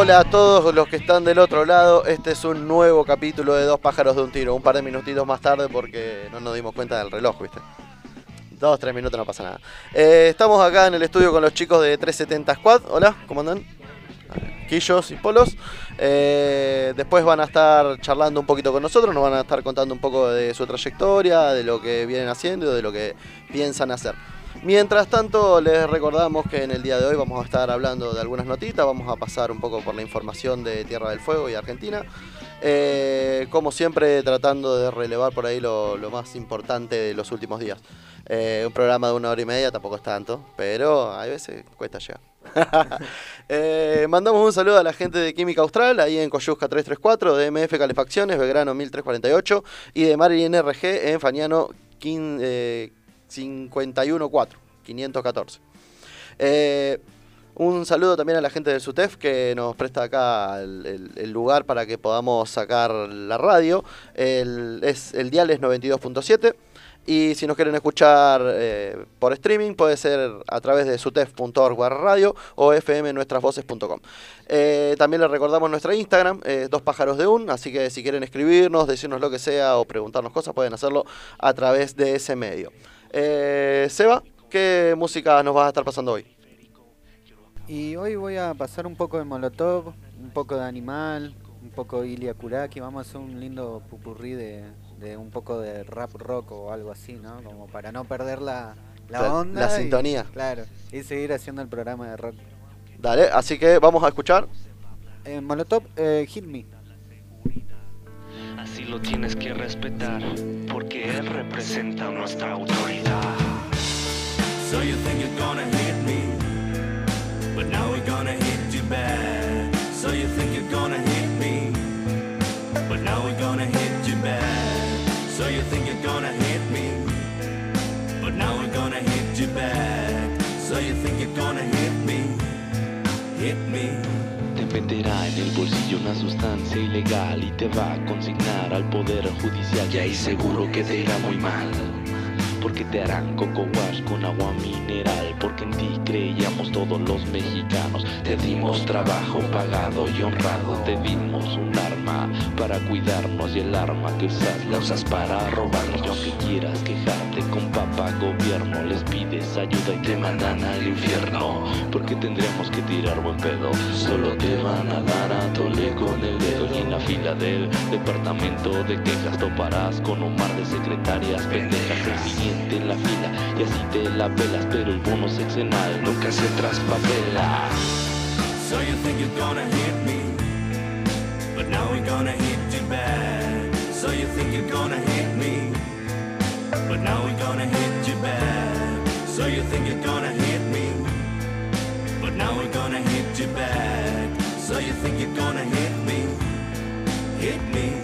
Hola a todos los que están del otro lado, este es un nuevo capítulo de Dos pájaros de un tiro, un par de minutitos más tarde porque no nos dimos cuenta del reloj, ¿viste? 2-3 minutos no pasa nada. Estamos acá en el estudio con los chicos de 370 Squad, hola, ¿cómo andan? Quillos y Polos. Después van a estar charlando un poquito con nosotros, nos van a estar contando un poco de su trayectoria, de lo que vienen haciendo y de lo que piensan hacer. Mientras tanto, les recordamos que en el día de hoy vamos a estar hablando de algunas notitas, vamos a pasar un poco por la información de Tierra del Fuego y Argentina. Como siempre, tratando de relevar por ahí lo más importante de los últimos días. Un programa de 1 hora y media tampoco es tanto, pero a veces cuesta llegar. Mandamos un saludo a la gente de Química Austral, ahí en Coyusca 334, de MF Calefacciones, Belgrano 1348, y de Marilyn RG en Fañano 514. Un saludo también a la gente del SUTEF que nos presta acá el lugar para que podamos sacar la radio. El dial es 92.7. Y si nos quieren escuchar por streaming, puede ser a través de sutef.org/radio o fmnuestrasvoces.com. También les recordamos nuestra Instagram, Dos Pájaros de Un, así que si quieren escribirnos, decirnos lo que sea o preguntarnos cosas, pueden hacerlo a través de ese medio. Seba, ¿qué música nos vas a estar pasando hoy? Y hoy voy a pasar un poco de Molotov, un poco de Animal, un poco de Ilia Kuraki. Vamos a hacer un lindo pupurrí de un poco de rap rock o algo así, ¿no? Como para no perder la onda. La sintonía. Claro, y seguir haciendo el programa de rock. Dale, así que vamos a escuchar. Molotov, Hit Me. Así lo tienes que respetar, porque él representa nuestra autoridad. So you think you're gonna hit me, but now we're gonna hit you back. So you think you're gonna hit me, but now we're gonna hit you back. So you think you're gonna hit me, but now we're gonna hit you back. So you think you're gonna hit me, hit me. Te meterá en el bolsillo una sustancia ilegal y te va a consignar al poder judicial. Y ahí seguro que te irá muy mal, porque te harán coco wash con agua mineral. Porque en ti creíamos todos los mexicanos. Te dimos trabajo pagado y honrado. Te dimos un arma para cuidarnos, y el arma que usas la usas para robarnos. Y aunque quieras quejarte con papá gobierno, les pides ayuda y te mandan al infierno. Porque tendríamos que tirar buen pedo, solo te van a dar a tole con el dedo. Y en la fila del departamento de quejas toparás con un mar de secretarias pendejas. En la fila y así te la pelas, pero el bono sexenal nunca se traspapela. So you think you're gonna hit me, but now we're gonna hit you back. So you think you're gonna hit me, but now we're gonna hit you back. So you think you're gonna hit me, but now we're gonna hit you back. So you think you're gonna hit me, hit me.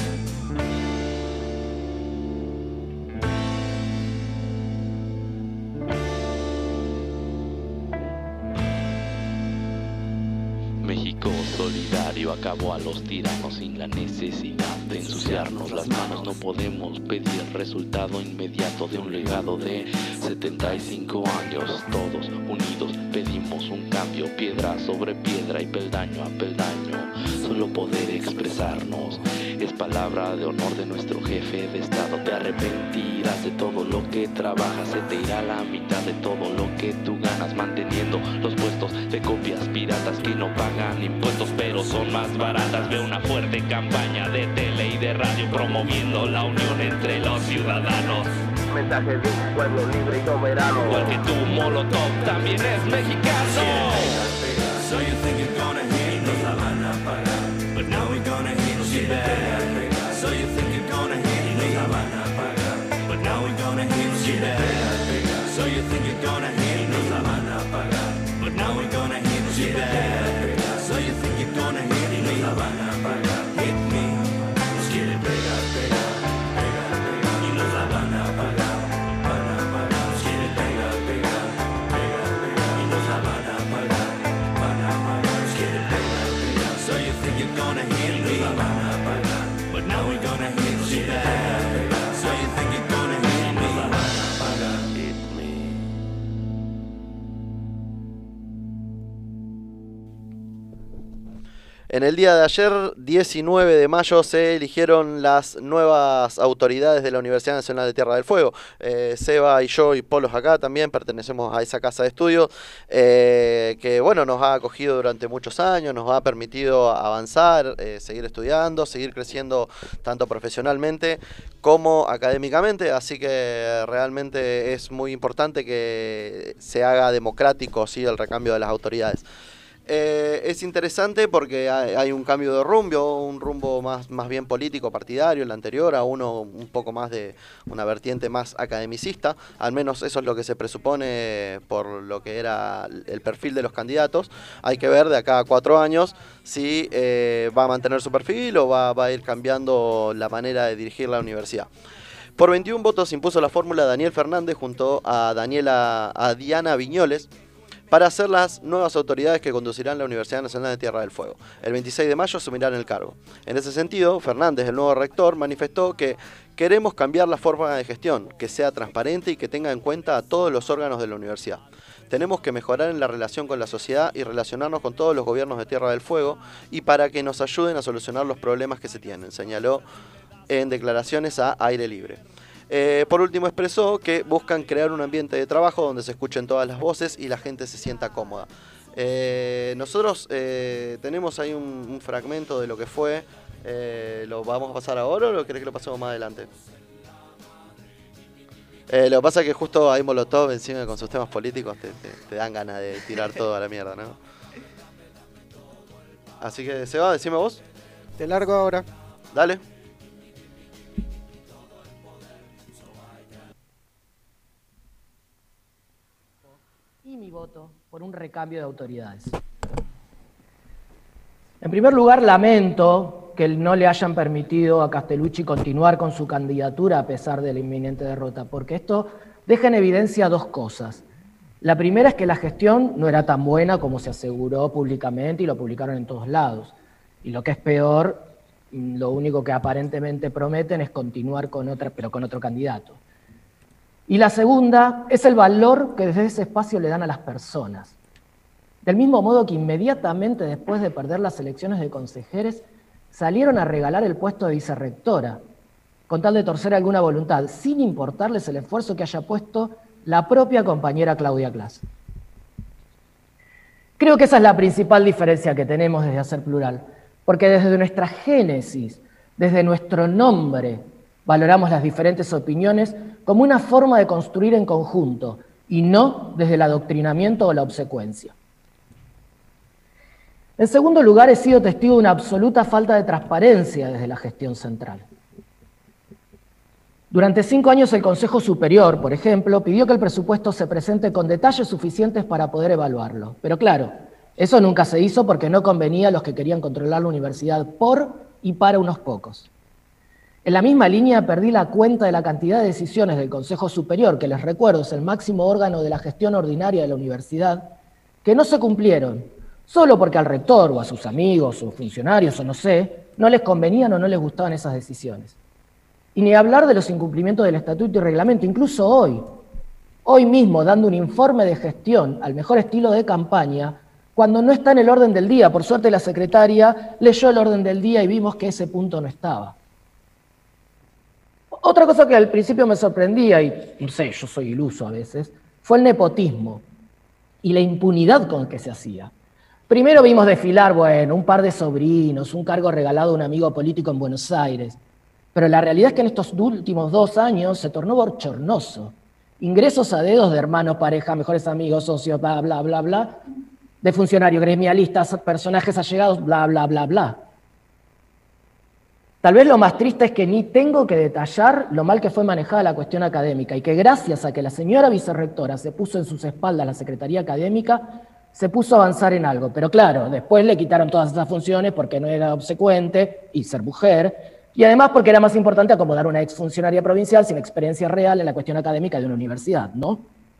México solidario acabó a los tiranos sin la necesidad de ensuciarnos las manos. No podemos pedir resultado inmediato de un legado de 75 años. Todos unidos pedimos un cambio, piedra sobre piedra y peldaño a peldaño. Solo poder expresarnos es palabra de honor de nuestro jefe de estado. Te arrepentirás de todo lo que trabajas, se te irá la mitad de todo lo que tú ganas, manteniendo los puestos de copias piratas que no pagan impuestos pero son más baratas. Ve una fuerte campaña de tele y de radio promoviendo la unión entre los ciudadanos. Mensaje de un pueblo libre y soberano. Igual que tu Molotov también es mexicano. So you think you're gonna hit me, nos la van a pagar, but now we're gonna hit you back. So you think you're gonna hit me, nos la van a pagar, but now we're gonna hit you back. So you think you're gonna hit me, nos la van a pagar, but now we're gonna hit you back. So you think you're gonna hit me, nos la van a pagar, hit me. Nos quiere pegar, pegar, pegar, pegar, y nos la van a pagar, van a pagar. Nos quiere pegar, pegar, pegar, pegar, y nos la van a pagar, van a pagar. Nos quiere pegar. En el día de ayer, 19 de mayo, se eligieron las nuevas autoridades de la Universidad Nacional de Tierra del Fuego. Seba y yo y Polos acá también pertenecemos a esa casa de estudio que bueno, nos ha acogido durante muchos años, nos ha permitido avanzar, seguir estudiando, seguir creciendo tanto profesionalmente como académicamente, así que realmente es muy importante que se haga democrático, ¿sí?, el recambio de las autoridades. Es interesante porque hay un cambio de rumbo, un rumbo más bien político, partidario, el anterior, a uno un poco más de una vertiente más academicista, al menos eso es lo que se presupone por lo que era el perfil de los candidatos. Hay que ver de acá a 4 años si va a mantener su perfil o va a ir cambiando la manera de dirigir la universidad. Por 21 votos impuso la fórmula Daniel Fernández junto a Diana Viñoles para ser las nuevas autoridades que conducirán la Universidad Nacional de Tierra del Fuego. El 26 de mayo asumirán el cargo. En ese sentido, Fernández, el nuevo rector, manifestó que queremos cambiar la forma de gestión, que sea transparente y que tenga en cuenta a todos los órganos de la universidad. Tenemos que mejorar en la relación con la sociedad y relacionarnos con todos los gobiernos de Tierra del Fuego y para que nos ayuden a solucionar los problemas que se tienen, señaló en declaraciones a Aire Libre. Por último expresó que buscan crear un ambiente de trabajo donde se escuchen todas las voces y la gente se sienta cómoda. Nosotros tenemos ahí un fragmento de lo que fue. ¿Lo vamos a pasar ahora o lo querés que lo pasemos más adelante? Lo que pasa es que justo ahí Molotov encima con sus temas políticos te dan ganas de tirar todo a la mierda, ¿no? Así que, Seba, decime vos. Te largo ahora. Dale. Y mi voto por un recambio de autoridades. En primer lugar, lamento que no le hayan permitido a Castellucci continuar con su candidatura a pesar de la inminente derrota, porque esto deja en evidencia 2 cosas. La primera es que la gestión no era tan buena como se aseguró públicamente y lo publicaron en todos lados. Y lo que es peor, lo único que aparentemente prometen es continuar con otro candidato. Y la segunda es el valor que desde ese espacio le dan a las personas. Del mismo modo que inmediatamente después de perder las elecciones de consejeros, salieron a regalar el puesto de vicerrectora, con tal de torcer alguna voluntad, sin importarles el esfuerzo que haya puesto la propia compañera Claudia Class. Creo que esa es la principal diferencia que tenemos desde Hacer Plural, porque desde nuestra génesis, desde nuestro nombre, valoramos las diferentes opiniones como una forma de construir en conjunto y no desde el adoctrinamiento o la obsecuencia. En segundo lugar, he sido testigo de una absoluta falta de transparencia desde la gestión central. Durante 5 años el Consejo Superior, por ejemplo, pidió que el presupuesto se presente con detalles suficientes para poder evaluarlo. Pero claro, eso nunca se hizo porque no convenía a los que querían controlar la universidad por y para unos pocos. En la misma línea perdí la cuenta de la cantidad de decisiones del Consejo Superior, que les recuerdo es el máximo órgano de la gestión ordinaria de la universidad, que no se cumplieron, solo porque al rector o a sus amigos o funcionarios o no sé, no les convenían o no les gustaban esas decisiones. Y ni hablar de los incumplimientos del estatuto y reglamento, incluso hoy mismo dando un informe de gestión al mejor estilo de campaña, cuando no está en el orden del día. Por suerte la secretaria leyó el orden del día y vimos que ese punto no estaba. Otra cosa que al principio me sorprendía, y no sé, yo soy iluso a veces, fue el nepotismo y la impunidad con que se hacía. Primero vimos desfilar, bueno, un par de sobrinos, un cargo regalado a un amigo político en Buenos Aires, pero la realidad es que en estos últimos 2 años se tornó bochornoso. Ingresos a dedos de hermanos, pareja, mejores amigos, socios, bla, bla, bla, bla, de funcionarios, gremialistas, personajes allegados, bla, bla, bla, bla. Tal vez lo más triste es que ni tengo que detallar lo mal que fue manejada la cuestión académica y que gracias a que la señora vicerrectora se puso en sus espaldas la Secretaría Académica, se puso a avanzar en algo. Pero claro, después le quitaron todas esas funciones porque no era obsecuente y ser mujer, y además porque era más importante acomodar una exfuncionaria provincial sin experiencia real en la cuestión académica de una universidad, ¿no?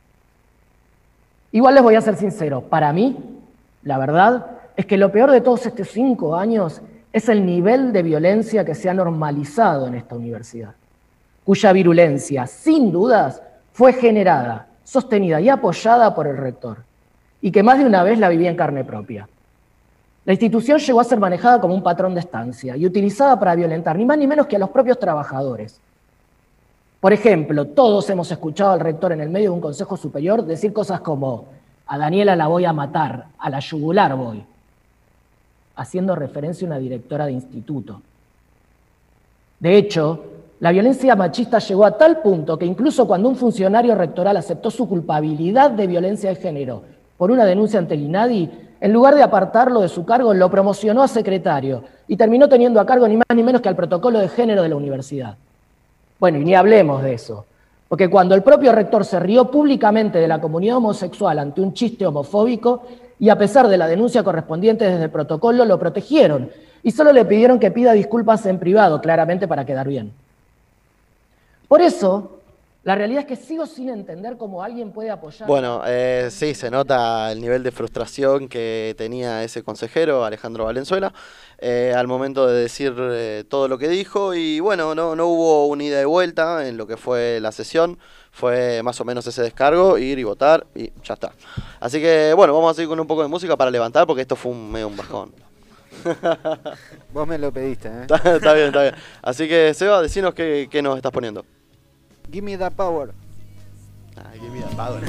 Igual les voy a ser sincero, para mí, la verdad, es que lo peor de todos estos 5 años es el nivel de violencia que se ha normalizado en esta universidad, cuya virulencia, sin dudas, fue generada, sostenida y apoyada por el rector, y que más de una vez la viví en carne propia. La institución llegó a ser manejada como un patrón de estancia y utilizada para violentar ni más ni menos que a los propios trabajadores. Por ejemplo, todos hemos escuchado al rector en el medio de un consejo superior decir cosas como a Daniela la voy a matar, a la yugular voy, haciendo referencia a una directora de instituto. De hecho, la violencia machista llegó a tal punto que incluso cuando un funcionario rectoral aceptó su culpabilidad de violencia de género por una denuncia ante el INADI, en lugar de apartarlo de su cargo, lo promocionó a secretario y terminó teniendo a cargo ni más ni menos que al protocolo de género de la universidad. Bueno, y ni hablemos de eso, porque cuando el propio rector se rió públicamente de la comunidad homosexual ante un chiste homofóbico, y a pesar de la denuncia correspondiente desde el protocolo, lo protegieron y solo le pidieron que pida disculpas en privado, claramente para quedar bien. Por eso, la realidad es que sigo sin entender cómo alguien puede apoyar... Bueno, sí, se nota el nivel de frustración que tenía ese consejero, Alejandro Valenzuela, al momento de decir todo lo que dijo, y bueno, no hubo una ida y vuelta en lo que fue la sesión, fue más o menos ese descargo, ir y votar, y ya está. Así que, bueno, vamos a seguir con un poco de música para levantar, porque esto fue medio un bajón. Vos me lo pediste, ¿eh? Está bien, está bien. Así que, Seba, decinos qué nos estás poniendo. Give me that power. Ay, give me that power.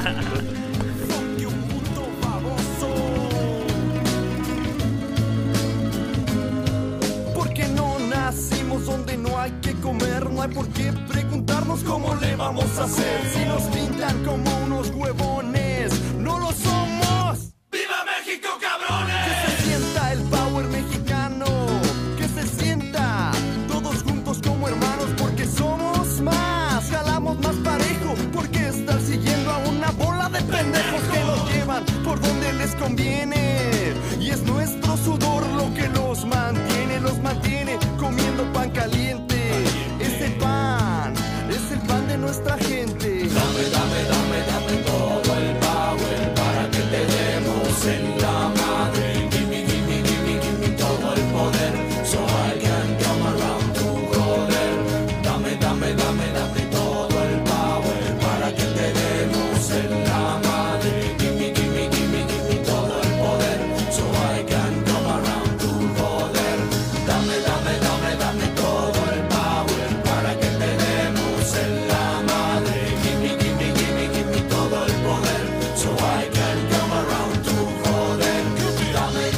Porque no nacimos donde no hay que comer, no hay por qué preguntarnos cómo le vamos a hacer. Si nos pintan como unos huevones, no lo somos. ¡Viva México, cabrones! Que se sienta el power mexicano, que se sienta todos juntos como hermanos, porque somos más, jalamos más parejo, porque estar siguiendo a una bola de pendejos que nos llevan por donde les conviene. Y es nuestro sudor lo que los mantiene comiendo pan caliente. Es el pan de nuestra gente. Dame todo el power para que te demos en la madre. Give me todo el poder, so I can come around to joder. Dame todo el power para que te demos en la madre. Give me todo el poder, so I can come around to joder. Dame todo el power para que te demos en la madre. Give me todo el poder, so I can come around to joder. Dame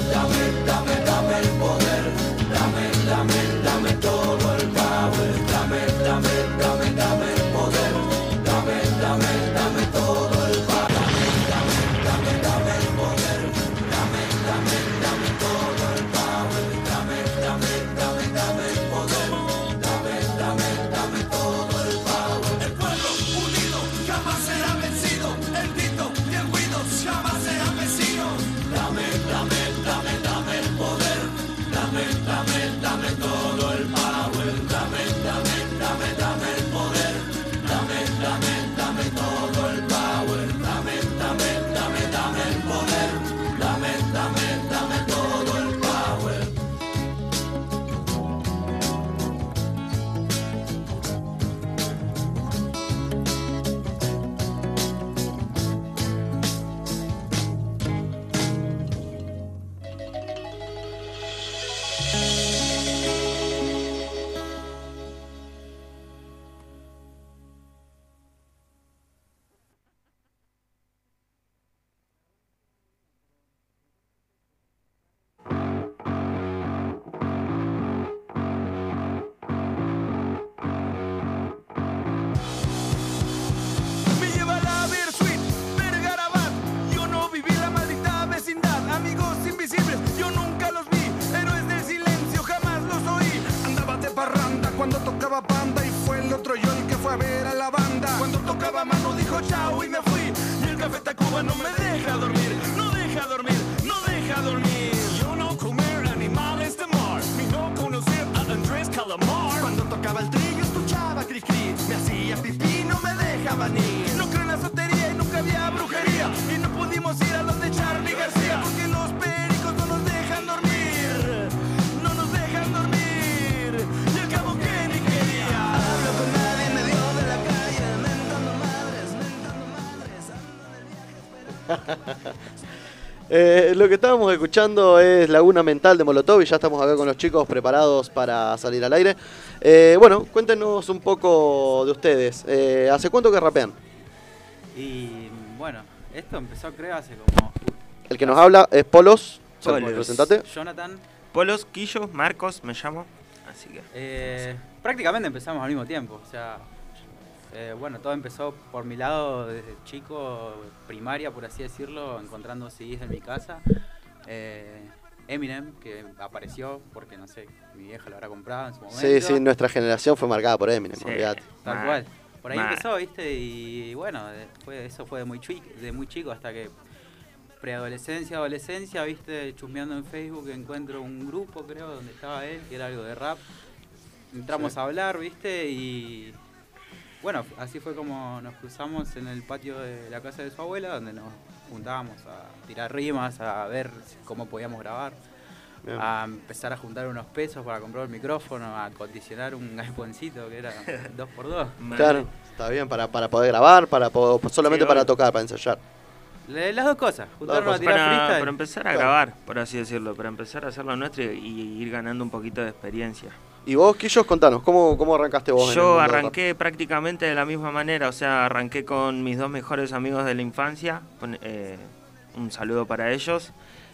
el poder, dame todo el power. Dame el poder, dame todo el power. Dame el poder, dame todo el power. Dame el poder, dame todo el power. El pueblo unido jamás será vencido. El grito y el ruido jamás serán vecinos. Dame el poder. Dame todo el power. Dame el poder. Dame todo el power. Dame el poder. Dame todo el power. Me lleva la Versuit, Vergarabat. Yo no viví la maldita vecindad. Amigos invisibles, yo nunca los vi. Héroes del silencio, jamás los oí. Andaba de parranda cuando tocaba banda, y fue el otro yo el que fue a ver a la banda. Cuando tocaba mano dijo chao y me fui. Y el Café Tacuba no me deja dormir. No deja dormir, no deja dormir. Yo no comer animales de mar, ni no conocer a Andrés Calamar. Cuando tocaba el trillo escuchaba cri cri. Me hacía pipí, no me dejaban ir. No creo en la sotería y nunca había brujería. Y no pudimos ir a los de Charlie García, porque los pericos no nos dejan dormir. No nos dejan dormir. Y al cabo que ni quería. Hablo con nadie en medio de la calle, mentando madres, ando en el viaje. Lo que estábamos escuchando es Laguna Mental de Molotov y ya estamos acá con los chicos preparados para salir al aire. Bueno, cuéntenos un poco de ustedes. ¿Hace cuánto que rapean? Y bueno, esto empezó creo hace como... El que nos habla es Polos. Polos. Presentate. Jonathan. Polos, Quillo, Marcos, me llamo. Así que... prácticamente empezamos al mismo tiempo. O sea, bueno, todo empezó por mi lado desde chico, primaria por así decirlo, encontrando CDs en mi casa. Eminem, que apareció porque no sé, mi vieja lo habrá comprado en su momento. Sí, sí, nuestra generación fue marcada por Eminem, Sí. olvidate. Tal cual. Por ahí Mal. empezó, ¿viste? Y bueno, eso fue de muy chico hasta que preadolescencia, adolescencia, ¿viste? Chusmeando en Facebook encuentro un grupo, creo, donde estaba él, que era algo de rap. Entramos a hablar, ¿viste? Y bueno, así fue como nos cruzamos en el patio de la casa de su abuela, donde nos juntábamos a tirar rimas, a ver cómo podíamos grabar. Bien. A empezar a juntar unos pesos para comprar el micrófono, a acondicionar un galponcito que era 2x2. Claro, está bien, para poder grabar, solamente Sí, para obvio. tocar, para ensayar. Las dos cosas, juntarnos a tirar Para freestyle. empezar a Claro. grabar, por así decirlo, para empezar a hacer lo nuestro y ir ganando un poquito de experiencia. Y vos, Quillos, contanos, ¿cómo arrancaste vos? en el Yo mundo del rap? arranqué prácticamente de la misma manera, o sea, arranqué con mis dos mejores amigos de la infancia, un saludo para ellos,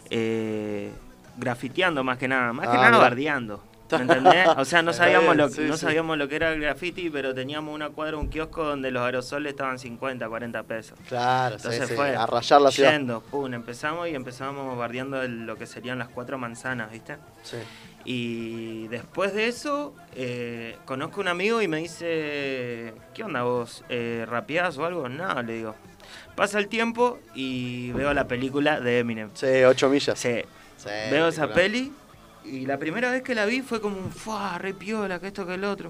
grafiteando más que nada mirá. bardeando, ¿me entendés? O sea, no Está sabíamos, bien, lo, sí, no sí. sabíamos lo que era el graffiti, pero teníamos una cuadra, un kiosco donde los aerosoles estaban 50, 40 pesos. Claro, Entonces sí, fue a rayar la ciudad. yendo, empezamos bardeando lo que serían las 4 manzanas, ¿viste? Sí. Y después de eso, conozco a un amigo y me dice, ¿qué onda vos? ¿Rapeás o algo? No, le digo. Pasa el tiempo y veo la película de Eminem. Sí, 8 millas. Sí, Sí, veo esa película. peli y la primera vez que la vi fue como un ¡fua! Re piola, que esto que el otro.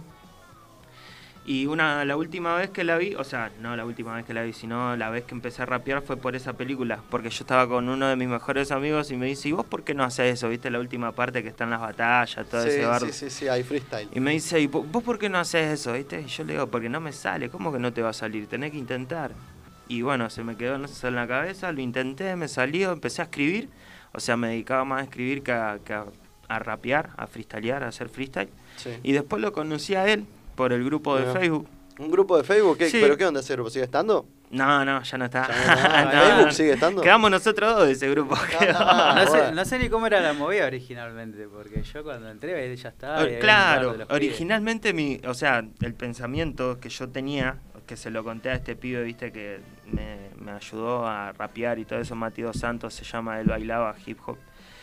Y la última vez que la vi, o sea, no la última vez que la vi, sino la vez que empecé a rapear fue por esa película. Porque yo estaba con uno de mis mejores amigos y me dice, ¿y vos por qué no haces eso? ¿Viste la última parte que están las batallas, todo Sí, ese bardo? sí, hay freestyle. Y me dice, ¿y vos por qué no haces eso? ¿Viste? Y yo le digo, porque no me sale. ¿Cómo que no te va a salir? Tenés que intentar. Y bueno, se me quedó en la cabeza, lo intenté, me salió, empecé a escribir. O sea, me dedicaba más a escribir que a rapear, a freestylear, a hacer freestyle. Sí. Y después lo conocí a él por el grupo de Mirá. Facebook. ¿Un grupo de Facebook? Sí. ¿Pero qué onda ese grupo? ¿Sigue estando? No, ya no está. Ya no está. ¿En Facebook sigue estando? Quedamos nosotros dos de ese grupo. Ah, bueno. No sé ni cómo era la movida originalmente, porque yo cuando entré ya estaba. y había un par Claro, de los pibes. originalmente o sea, el pensamiento que yo tenía, que se lo conté a este pibe, viste, que me ayudó a rapear y todo eso, Mati Dos Santos se llama, él bailaba hip hop.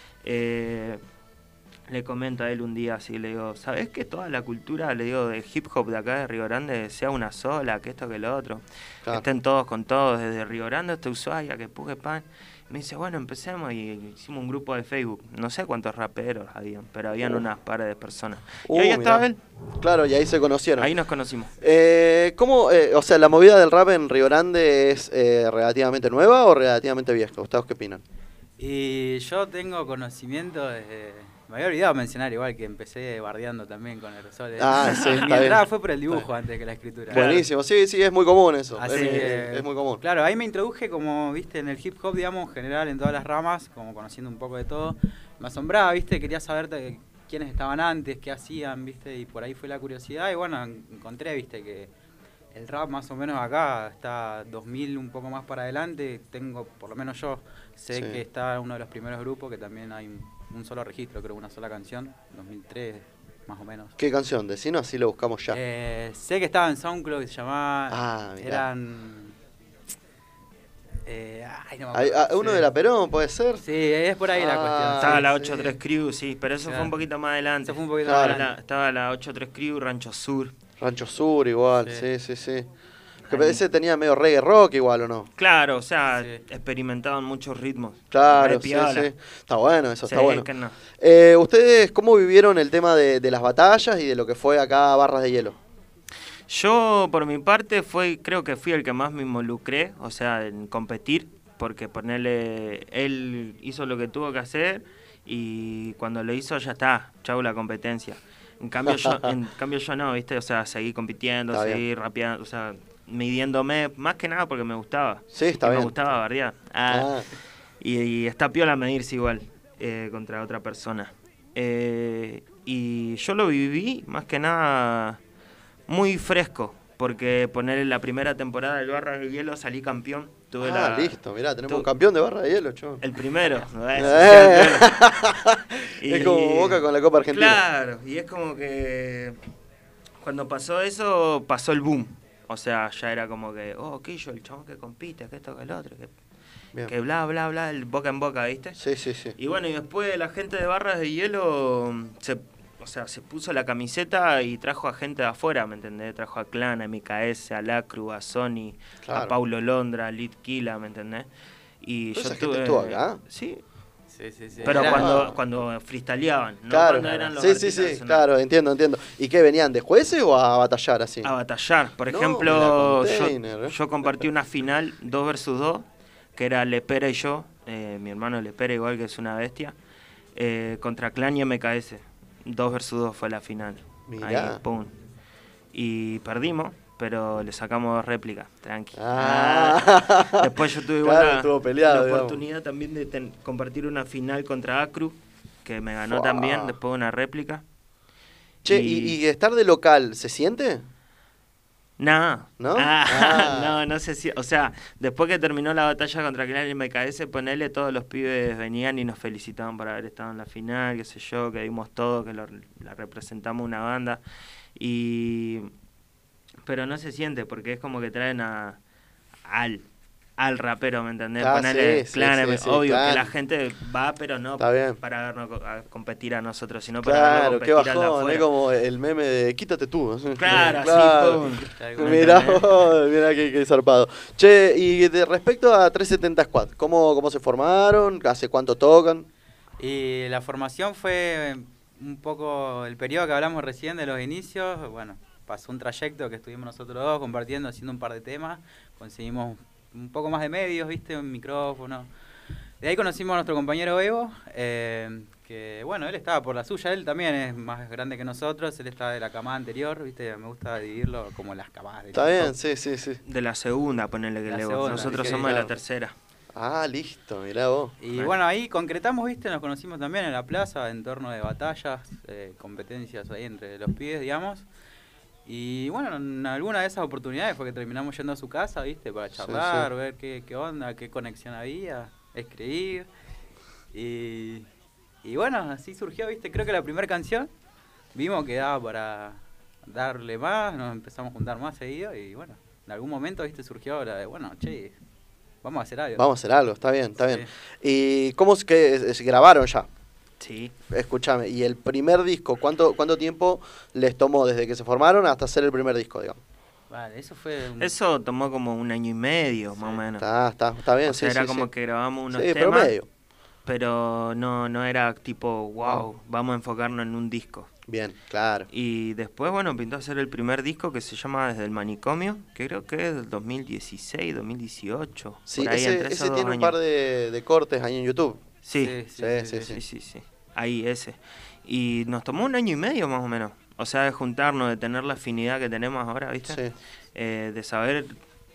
Le comento a él un día así, le digo, ¿sabés que toda la cultura, le digo, de hip hop de acá de Río Grande sea una sola, que esto, que lo otro? Claro. Estén todos con todos, desde Río Grande hasta Ushuaia, que Puje Pan. Me dice, bueno, empecemos y hicimos un grupo de Facebook. No sé cuántos raperos habían, pero habían unas pares de personas. Y ahí estaba mirá. él, Claro, y ahí se conocieron. ahí nos conocimos. ¿Cómo, o sea, la movida del rap en Río Grande es relativamente nueva o relativamente vieja? ¿Ustedes qué opinan? Y yo tengo conocimiento desde... Me había olvidado mencionar igual que empecé bardeando también con aerosoles. Ah, sí, Mi está entrada bien. fue por el dibujo antes que la escritura. Buenísimo, sí, es muy común eso. Así es, que, es muy común. Claro, ahí me introduje como, viste, en el hip hop, digamos, general, en todas las ramas, como conociendo un poco de todo. Me asombraba, viste, quería saber quiénes estaban antes, qué hacían, viste, y por ahí fue la curiosidad. Y bueno, encontré, viste, que el rap más o menos acá está 2000 un poco más para adelante. Tengo, por lo menos yo, sé Sí. que está uno de los primeros grupos, que también hay un solo registro, creo, una sola canción, 2003 más o menos. ¿Qué canción? Decinos, así lo buscamos ya. Sé que estaba en SoundCloud, que se llamaba... Ah, mirá. Eran... ay, no me Hay- acuerdo, ¿Uno sí. de la Perón puede ser? Sí, es por ahí la Ah, cuestión. Estaba sí. la sí. 83 Crew, sí, pero eso Claro. fue un poquito más adelante. Eso fue un poquito Claro. más adelante. Estaba la 83 Crew, Rancho Sur. Rancho Sur igual, sí, Sí. sí. Que ese tenía medio reggae rock igual, ¿o no? Claro, o sea, Sí. experimentaban muchos ritmos. Claro, Re sí, piola. sí. Está bueno eso, Sí, está bueno. que no. ¿Ustedes cómo vivieron el tema de las batallas y de lo que fue acá Barras de Hielo? Yo, por mi parte, creo que fui el que más me involucré, o sea, en competir, porque él hizo lo que tuvo que hacer y cuando lo hizo ya está, chau la competencia. En cambio yo no, ¿viste? O sea, seguí compitiendo, Está bien. seguí rapeando, o sea, midiéndome, más que nada porque me gustaba. Sí, está Y bien. me gustaba bardear. Ah, Y está piola medirse igual contra otra persona. Y yo lo viví más que nada muy fresco, porque poner la primera temporada del Barra de Hielo salí campeón. Listo, mirá, tenemos un campeón de Barra de Hielo, chon. El primero. Es como Boca con la Copa Argentina. Claro, y es como que cuando pasó eso, pasó el boom. O sea, ya era como que, Quillo, el chabón que compite, que esto, que el otro, que bla, bla, bla, el boca en boca, ¿viste? Sí. Y bueno, y después la gente de Barras de Hielo se puso la camiseta y trajo a gente de afuera, ¿me entendés? Trajo a Clan, a MKS, a Lacru, a Sony, a Paulo Londra, a Litquila, ¿me entendés? Y ¿Esa yo gente estuvo acá? Sí. Sí. Pero cuando freestyleaban, no claro, cuando eran los sí, artistas. claro, entiendo. ¿Y qué, venían de jueces o a batallar así? A batallar. Por ejemplo, yo compartí una final 2 versus 2, que era Lepera y yo, mi hermano Lepera igual, que es una bestia, contra Clan y MKS. 2 versus 2 fue la final. Mirá. Ahí, pum. Y perdimos, pero le sacamos 2 réplicas, tranqui. Después yo tuve igual la oportunidad también de compartir una final contra Acru, que me ganó también, después una réplica. Che, ¿y estar de local, se siente? No. ¿No? No sé si... O sea, después que terminó la batalla contra Clan y MKS, ponele, todos los pibes venían y nos felicitaban por haber estado en la final, qué sé yo, que dimos todo, que la representamos una banda. Pero no se siente, porque es como que traen al rapero, ¿me entendés? Ponerle Clan, obvio que la gente va, pero no para vernos a competir a nosotros, sino para vernos competir qué bajón, es como el meme de quítate tú. Claro. Mirá qué zarpado. Che, y respecto a 370 Squad, ¿cómo se formaron? ¿Hace cuánto tocan? Y la formación fue un poco el periodo que hablamos recién de los inicios. Bueno, pasó un trayecto que estuvimos nosotros dos compartiendo, haciendo un par de temas, conseguimos un poco más de medios, ¿viste? Un micrófono. De ahí conocimos a nuestro compañero Evo, que bueno, él estaba por la suya, él también es más grande que nosotros, él está de la camada anterior, ¿viste? Me gusta dividirlo como las camadas. Está bien, sí. De la segunda, ponele que Evo. Nosotros somos de la tercera. Listo, mirá vos. Y bueno, ahí concretamos, ¿viste? Nos conocimos también en la plaza, en torno de batallas, competencias ahí entre los pibes, digamos. Y bueno, en alguna de esas oportunidades fue que terminamos yendo a su casa, ¿viste? Para charlar, ver qué onda, qué conexión había, escribir. Y bueno, así surgió, ¿viste? Creo que la primera canción vimos que daba para darle más, nos empezamos a juntar más seguido y bueno, en algún momento, ¿viste? Surgió la de, bueno, che, vamos a hacer algo. Vamos a hacer algo, está bien. ¿Y cómo es que se grabaron ya? Sí. Escúchame, ¿y el primer disco, cuánto tiempo les tomó desde que se formaron hasta hacer el primer disco, digamos? Vale, eso tomó como 1 año y medio, más o menos. Está bien, o sea, era como que grabamos unos temas, promedio. Pero no era tipo, wow, vamos a enfocarnos en un disco. Bien, claro. Y después, bueno, pintó a hacer el primer disco que se llama Desde el Manicomio, que creo que es del 2016, 2018. Sí, por ahí, ese tiene un par de cortes ahí en YouTube. Sí. Sí. Ahí ese. Y nos tomó 1 año y medio más o menos. O sea, de juntarnos, de tener la afinidad que tenemos ahora, ¿viste? Sí. De saber,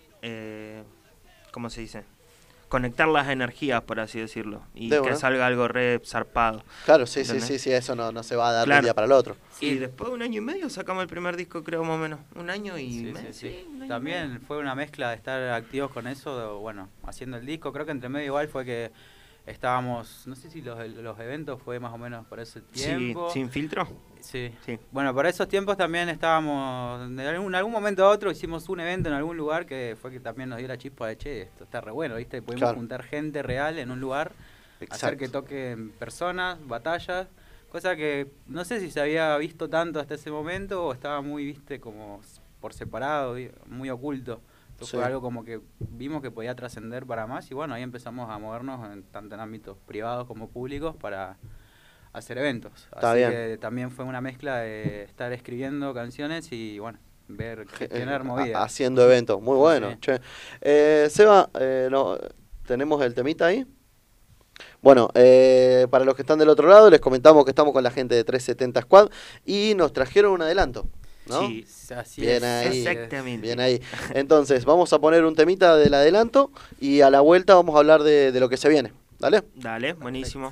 ¿cómo se dice? Conectar las energías, por así decirlo. Y que salga algo re zarpado. Claro, sí, eso no se va a dar de un día para el otro. Y después de 1 año y medio sacamos el primer disco, creo, más o menos. 1 año y medio. También fue una mezcla de estar activos con eso, bueno, haciendo el disco. Creo que entre medio igual fue que estábamos, no sé si los eventos fue más o menos por ese tiempo. ¿Sin filtro? Sí. Bueno, por esos tiempos también estábamos, en algún momento a otro hicimos un evento en algún lugar que fue que también nos dio la chispa de, che, esto está re bueno, ¿viste? Podemos juntar gente real en un lugar, hacer que toquen personas, batallas, cosa que no sé si se había visto tanto hasta ese momento o estaba muy, ¿viste? Como por separado, muy oculto. Fue algo como que vimos que podía trascender para más y bueno, ahí empezamos a movernos tanto en ámbitos privados como públicos para hacer eventos. Así que también fue una mezcla de estar escribiendo canciones y bueno, gestionar movidas. Haciendo eventos, muy bueno. Sí. Che. Seba, ¿tenemos el temita ahí? Bueno, para los que están del otro lado les comentamos que estamos con la gente de 370 Squad y nos trajeron un adelanto, ¿no? Sí, así bien es. Ahí, exactamente. Bien ahí. Entonces, vamos a poner un temita del adelanto y a la vuelta vamos a hablar de lo que se viene. ¿Dale? Dale, buenísimo.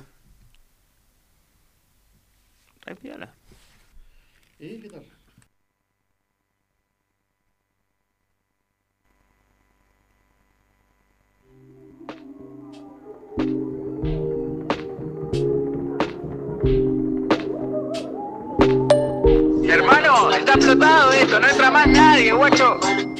Respírala. ¿Y qué tal? Hermano, está explotado esto, no entra más nadie, guacho.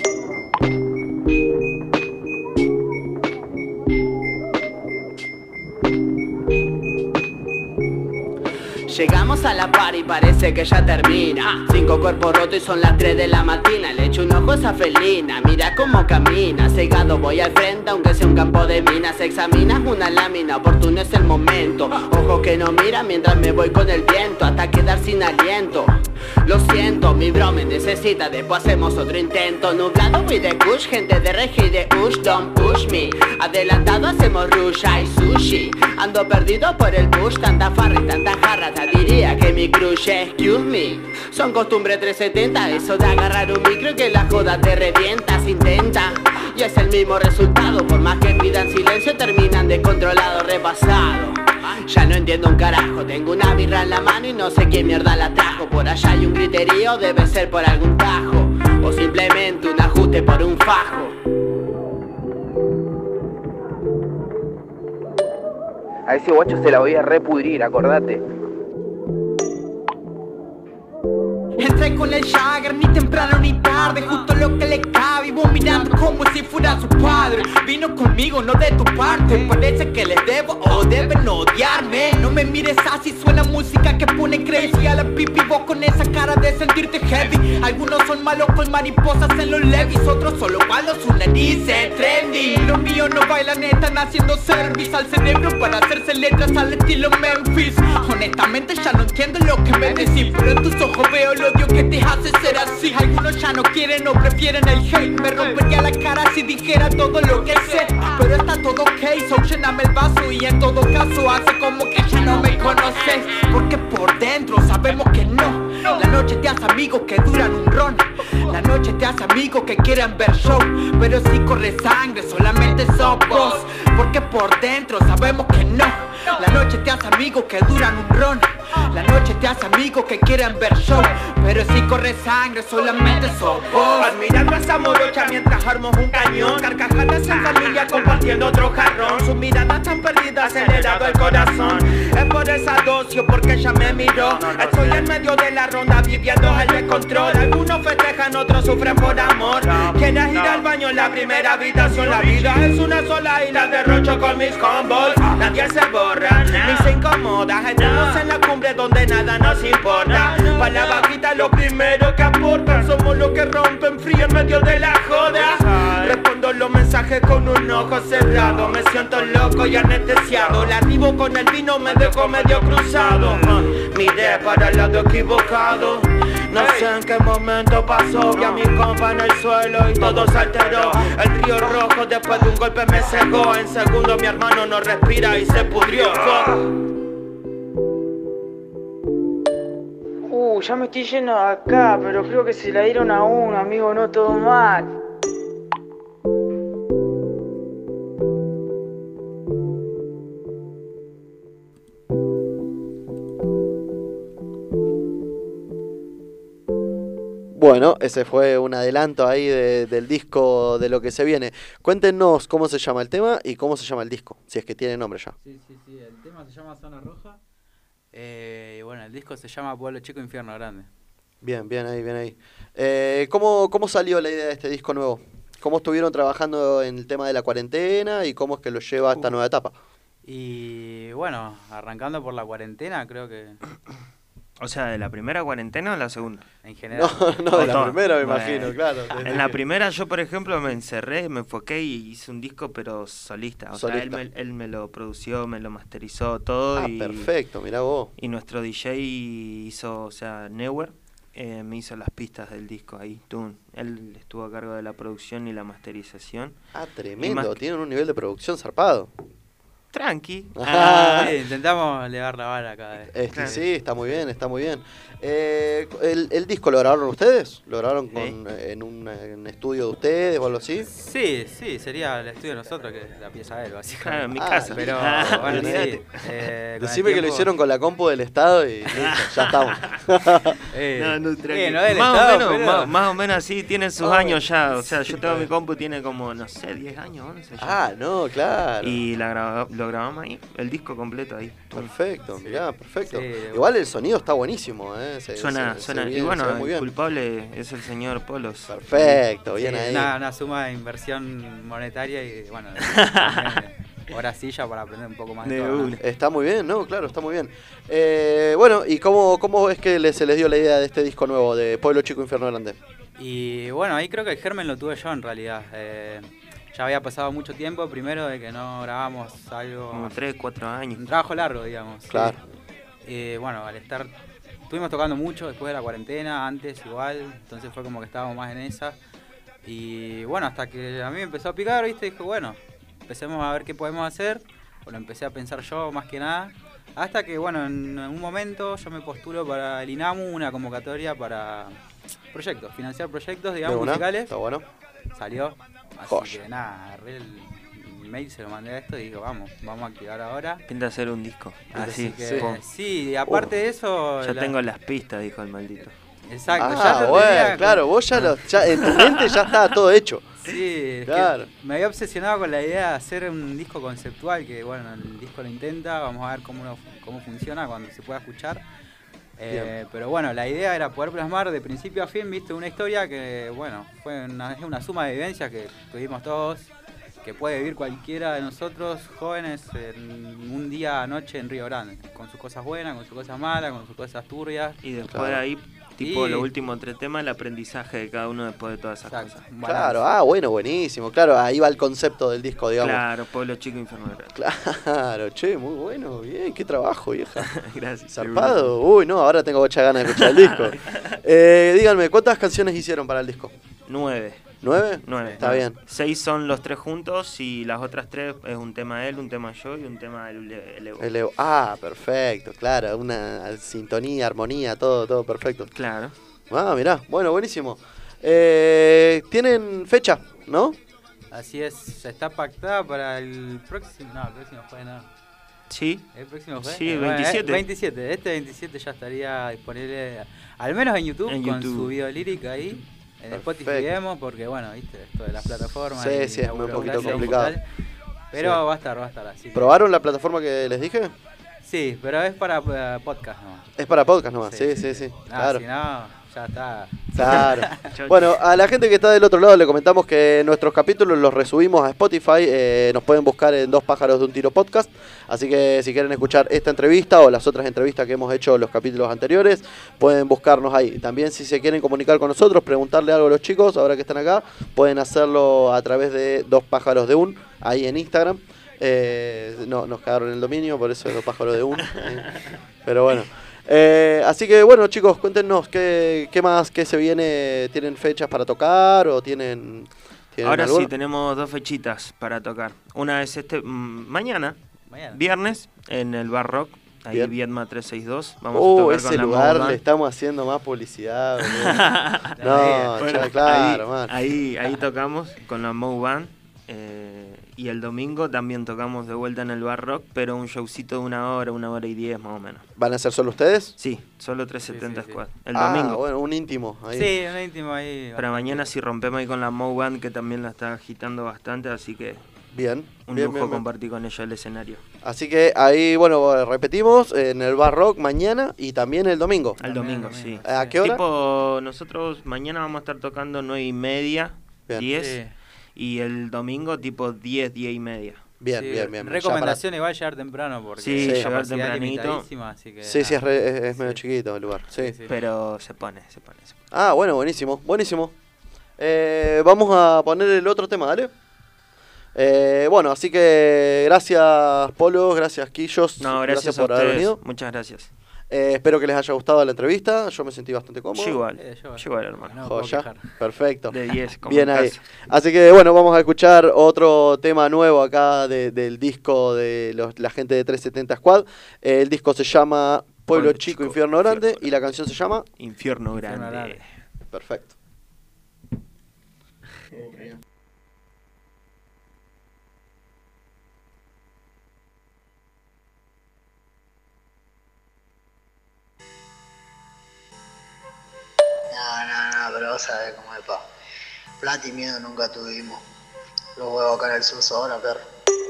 Llegamos a la par y parece que ya termina. 5 cuerpos rotos y son las 3 de la mañana. Le echo un ojo a esa felina, mira cómo camina. Cegado voy al frente aunque sea un campo de minas. Examinas una lámina, oportuno es el momento. Ojo que no mira mientras me voy con el viento, hasta quedar sin aliento. Lo siento, mi bro me necesita, después hacemos otro intento. Nublado voy de kush, gente de regi de ush, don't push me. Adelantado hacemos rusha y sushi. Ando perdido por el bush, tanta farra y tanta jarra. Te diría que mi crush es excuse me. Son costumbre 370, eso de agarrar un micro y que la joda te revientas. Intenta, y es el mismo resultado. Por más que pidan silencio terminan descontrolados, repasados. Ya no entiendo un carajo, tengo una birra en la mano y no sé quién mierda la trajo. Por allá hay un griterío, debe ser por algún tajo, o simplemente un ajuste por un fajo. A ese guacho se la voy a repudrir, acordate. Entré con el Jagger, ni temprano ni tarde, justo lo que le cabe, y vos mirando como si fuera su padre. Vino conmigo, no de tu parte, parece que les debo o deben odiarme. No me mires así, suena música que pone crazy a la pipi, vos con esa cara de sentirte heavy. Algunos son malos con mariposas en los levis, otros solo malos su nariz es trendy. Los míos no bailan, están haciendo service al cerebro para hacerse letras al estilo Memphis. Honestamente ya no entiendo lo que me decís, pero en tus ojos veo el odio que te hace ser así. Algunos ya no quieren o prefieren el hate. Me rompería la cara si dijera todo lo que sé, pero está todo ok, so lléname el vaso. Y en todo caso hace como que ya no me conoces, porque por dentro sabemos que no. La noche te hace amigos que duran un ron, la noche te hace amigos que quieren ver show, pero si corre sangre solamente sos vos, porque por dentro sabemos que no. La noche te hace amigos que duran un ron, la noche te hace amigos que quieren ver show, pero si corre sangre solamente sos vos. Admirando a esa morocha mientras armo un cañón, carcajadas en familia compartiendo otro jarrón. Sus miradas tan perdidas, acelerado el corazón. Es por esa dosis o porque ella me miró. Estoy en medio de la ronda viviendo el descontrol. Algunos festejan, otros sufren por amor. Quieres ir al baño en la primera habitación. La vida es una sola y la derrocho con mis combos. Nadie se borra, ni se incomoda. Estamos en la cumbre donde nada nos importa. Pa' la bajita lo primero que aportan. Somos los que rompen frío en medio de la joda. Respondo los mensajes con un ojo cerrado. Me siento loco y anestesiado. La arribo con el vino, me dejo medio cruzado. Miré para el lado equivocado. No sé en qué momento pasó. Vi a mi compa en el suelo y todo se alteró. El río rojo después de un golpe me cegó. En segundo mi hermano no respira y se pudrió. Ya me estoy yendo de acá, pero creo que se la dieron a uno, amigo, no todo mal. Bueno, ese fue un adelanto ahí del disco de lo que se viene. Cuéntenos cómo se llama el tema y cómo se llama el disco, si es que tiene nombre ya. Sí, el tema se llama Zona Roja. Bueno, el disco se llama Pueblo Chico, Infierno Grande. Bien ahí. ¿Cómo salió la idea de este disco nuevo? ¿Cómo estuvieron trabajando en el tema de la cuarentena y cómo es que lo lleva a esta nueva etapa? Y bueno, arrancando por la cuarentena, creo que... O sea, ¿de la primera cuarentena o la segunda? En general. No, de la primera me imagino, claro. En la primera yo, por ejemplo, me encerré, me enfoqué y hice un disco, pero solista. O sea, él me lo produció, me lo masterizó todo. Perfecto, mirá vos. Y nuestro DJ hizo, o sea, Neuer, me hizo las pistas del disco ahí. Él estuvo a cargo de la producción y la masterización. Tremendo, tienen un nivel de producción zarpado. tranqui. Sí, intentamos elevar la vara cada vez. Claro. Sí, está muy bien, está muy bien. ¿El disco lo grabaron ustedes? ¿Lo grabaron en un estudio de ustedes o algo así? Sí, sería el estudio de nosotros, que es la pieza de él, básicamente. Claro, en mi casa. Pero, bueno, sí. olvidate. Con Decime el que lo tiempo- hicieron con la compu del Estado y listo, ya estamos. Tranqui. no del más, Estado, o menos, pero- más o menos así, tienen sus años ya. O sea, yo tengo mi compu, tiene como, no sé, 10 años, 11 ya. Ah, no, claro. Y lo grabamos ahí, el disco completo ahí. Perfecto, mirá, perfecto. Sí. Igual el sonido está buenísimo, Suena. bien, Y bueno, se ve muy el bien. culpable es el señor Polos. Perfecto, bien Sí, ahí. una suma de inversión monetaria y bueno, horas silla para aprender un poco más de De todo, ¿no? una. Está muy bien, ¿no? Claro, está muy bien. Bueno, ¿y cómo es que se les dio la idea de este disco nuevo, de Pueblo Chico, Infierno Grande? Y bueno, ahí creo que el germen lo tuve yo en realidad. Ya había pasado mucho tiempo, primero de que no grabamos algo... Como 3, 4 Un años. trabajo largo, digamos. sí. Claro. Bueno, al estar... Estuvimos tocando mucho después de la cuarentena, antes igual, entonces fue como que estábamos más en esa. Y bueno, hasta que a mí me empezó a picar, ¿viste? Dije, bueno, empecemos a ver qué podemos hacer. O lo empecé a pensar yo más que nada. Hasta que, bueno, en un momento yo me postulo para el INAMU, una convocatoria para proyectos, financiar proyectos, digamos, ¿De una? musicales. Está bueno. Salió. Así Joya. que nada, agarré el mail, se lo mandé a esto y dije, vamos a activar ahora. Pinta hacer un disco. Así Así que, pum. sí, y aparte de eso... Ya la- tengo las pistas, dijo el maldito. Exacto, ya Ah, lo bueno, tenía claro, vos ya en tu mente ya estaba todo hecho. Sí, es Claro. que me había obsesionado con la idea de hacer un disco conceptual, que bueno, el disco lo intenta, vamos a ver cómo funciona cuando se pueda escuchar. Bien. Pero bueno, la idea era poder plasmar de principio a fin, viste, una historia que, bueno, es una suma de vivencias que tuvimos todos, que puede vivir cualquiera de nosotros, jóvenes, en un día anoche en Río Grande, con sus cosas buenas, con sus cosas malas, con sus cosas turbias. Y después Claro. de ahí, tipo Y- los últimos 3 temas, el aprendizaje de cada uno después de todas esas Exacto, cosas. un balance. Claro, bueno, buenísimo. Claro, ahí va el concepto del disco, digamos. Claro, Pueblo Chico, Infierno Grande. Claro, che, muy bueno, bien, qué trabajo, vieja. Gracias. Zarpado. Uy, no, ahora tengo muchas ganas de escuchar el disco. Díganme, ¿cuántas canciones hicieron para el disco? 9. ¿9? 9. Está bien. 6 son los 3 juntos y las otras 3 es un tema de él, un tema yo y un tema del Evo. Perfecto, claro, una sintonía, armonía, todo perfecto. Claro. Ah, mirá, bueno, buenísimo. Tienen fecha, ¿no? Así es, está pactada para el próximo. No, el próximo fue no. Sí. ¿El próximo fue? Sí, el Bueno, 27. 27. Este 27 ya estaría disponible, al menos en YouTube, En con YouTube. su video lírica ahí. En Spotify Perfecto. digamos, porque bueno, viste, esto de las plataformas. Sí, y sí, la es un poquito burocracia complicado. digital. Pero Sí. va a estar así. que- ¿Probaron la plataforma que les dije? Sí, pero es para podcast nomás. Es para podcast nomás, sí. Claro. Si no, ya está. Claro. Bueno, a la gente que está del otro lado le comentamos que nuestros capítulos los resubimos a Spotify. Nos pueden buscar en Dos Pájaros de un Tiro Podcast. Así que si quieren escuchar esta entrevista o las otras entrevistas que hemos hecho en los capítulos anteriores, pueden buscarnos ahí. También si se quieren comunicar con nosotros, preguntarle algo a los chicos, ahora que están acá, pueden hacerlo a través de Dos Pájaros de un, ahí en Instagram. No, nos cagaron el dominio, por eso es Dos Pájaros de un. Pero bueno. Así que bueno, chicos, cuéntenos qué más que se viene. ¿Tienen fechas para tocar o tienen Ahora alguna? sí, tenemos 2 fechitas para tocar. Una es mañana, viernes, en el Bar Rock, ahí Bien. Viedma 362. Vamos a tocar ese con la lugar Moban. le estamos haciendo más publicidad. boludo. No, Bueno, ya, claro, man. ahí tocamos con la Mo Band. Y el domingo también tocamos de vuelta en el Bar Rock, pero un showcito de 1 hora y 10 más o menos. ¿Van a ser solo ustedes? Sí, solo 370 Squad. El Ah, domingo. bueno, un íntimo ahí. Sí, un íntimo ahí. Para mañana sí rompemos ahí con la Mo Band, que también la está agitando bastante, así que Bien. un bien, lujo bien. compartir con ella el escenario. Así que ahí, bueno, repetimos, en el Bar Rock mañana y también el domingo. Al domingo, sí. ¿A qué hora? Tipo, nosotros mañana vamos a estar tocando 9:30, Bien. 10, Sí. y el domingo tipo 10, 10:30. Bien, Sí, bien, bien. Recomendación igual llegar temprano porque Sí, hay llegar capacidad tempranito. limitadísima, así que Sí, nada. sí, es medio chiquito el lugar. Sí. Pero se pone. Ah, bueno, buenísimo, buenísimo. Vamos a poner el otro tema, ¿dale? Bueno, así que gracias Polo, gracias Quillos, No, gracias a por haber ustedes. venido. Muchas gracias. Espero que les haya gustado la entrevista. Yo me sentí bastante cómodo. Yo igual, hermano. No, Joya. Perfecto. De 10, como Bien en ahí. casa. Así que bueno, vamos a escuchar otro tema nuevo acá del disco de la gente de 370 Squad. El disco se llama Pueblo Chico, Infierno Grande, y la canción se llama Infierno Grande. Perfecto. No, pero vos sabés cómo es, pa. Plata y miedo nunca tuvimos. Los huevos acá en el sur ahora, perro.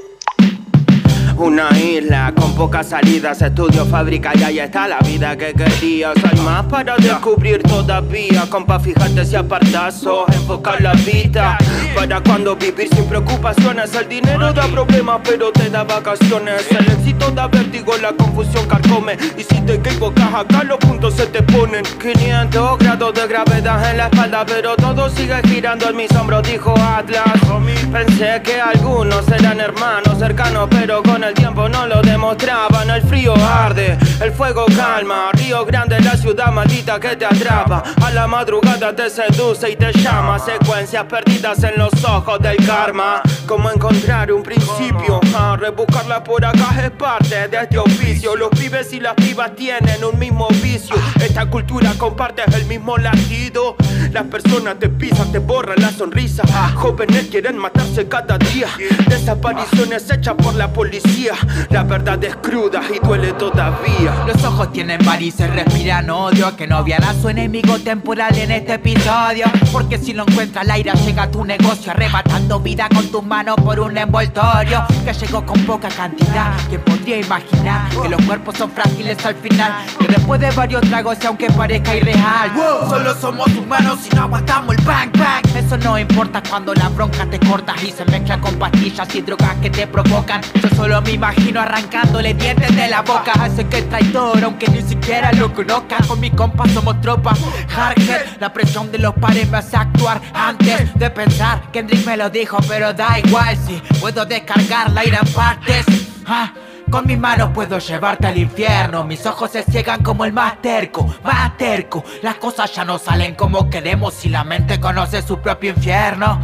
Una isla con pocas salidas, estudio, fábrica y ahí está la vida que querías. Hay más para descubrir todavía, compa, fíjate si apartazo, enfocar la vida para cuando vivir sin preocupaciones. El dinero da problemas pero te da vacaciones. El éxito da vértigo, la confusión carcome. Y si te equivocas acá los puntos se te ponen 500 grados de gravedad en la espalda, pero todo sigue girando en mis hombros, dijo Atlas. Pensé que algunos eran hermanos cercanos, pero con el tiempo no lo demostraban. El frío arde, el fuego calma. Río Grande, la ciudad maldita que te atrapa. A la madrugada te seduce y te llama. Secuencias perdidas en los ojos del karma. Como encontrar un principio, rebuscarla por acá es parte de este oficio. Los pibes y las pibas tienen un mismo vicio. Esta cultura comparte el mismo latido. Las personas te pisan, te borran la sonrisa. Jóvenes quieren matarse cada día. Desapariciones hechas por la policía. La verdad es cruda y duele todavía. Los ojos tienen varices, respiran odio. Que no viera a su enemigo temporal en este episodio. Porque si lo encuentra al aire llega a tu negocio, arrebatando vida con tus manos por un envoltorio que llegó con poca cantidad. ¿Quién podría imaginar que los cuerpos son frágiles al final? Que después de varios tragos, y aunque parezca irreal, solo somos humanos y no aguantamos el bang bang. Eso no importa cuando la bronca te corta y se mezcla con pastillas y drogas que te provocan. Yo solo me imagino arrancándole dientes de la boca a ese que es traidor, aunque ni siquiera lo conozca. Con mi compa somos tropa hardhead. La presión de los pares me hace actuar antes de pensar. Kendrick me lo dijo, pero da igual si puedo descargarla, ir en partes. Con mis manos puedo llevarte al infierno. Mis ojos se ciegan como el más terco, más terco. Las cosas ya no salen como queremos si la mente conoce su propio infierno.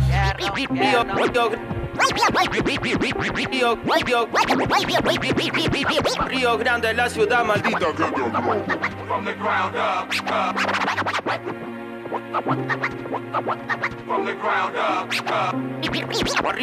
Río Grande, la ciudad maldita. From the ground up. From the ground up.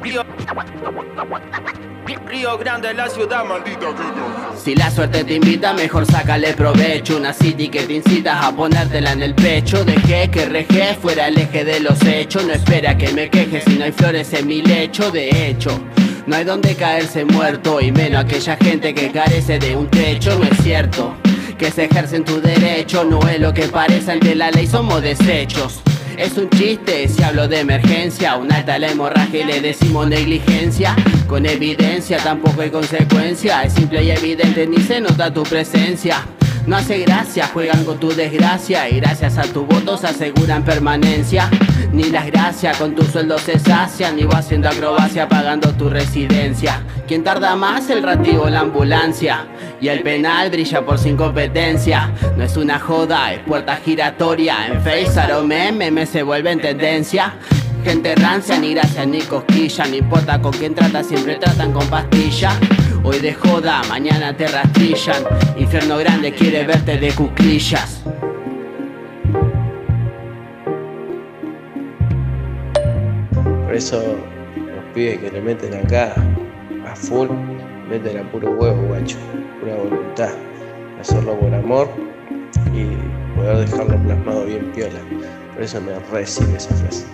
Río Grande, la ciudad maldita. Si la suerte te invita, mejor sácale provecho. Una city que te incita a ponértela en el pecho. Dejé que rejé fuera el eje de los hechos. No espera que me queje si no hay flores en mi lecho. De hecho, no hay donde caerse muerto, y menos aquella gente que carece de un techo. No es cierto que se ejercen tu derecho, no es lo que parece, ante la ley somos desechos. Es un chiste si hablo de emergencia, un alta la hemorragia y le decimos negligencia. Con evidencia tampoco hay consecuencia, es simple y evidente, ni se nota tu presencia. No hace gracia, juegan con tu desgracia y gracias a tu voto se aseguran permanencia. Ni las gracias con tu sueldo se sacian, ni vas haciendo acrobacia pagando tu residencia. Quien tarda más, el rativo, la ambulancia, y el penal brilla por su incompetencia. No es una joda, es puerta giratoria. En Face, meme se vuelve en tendencia. Gente rancia, ni gracia ni cosquilla. No importa con quién trata, siempre tratan con pastilla. Hoy de joda, mañana te rastrillan. Infierno Grande quiere verte de cuclillas. Por eso los pibes que le meten acá a full, meten a puro huevo, guacho, pura voluntad, hacerlo por amor y poder dejarlo plasmado bien piola. Por eso me recibe esa frase.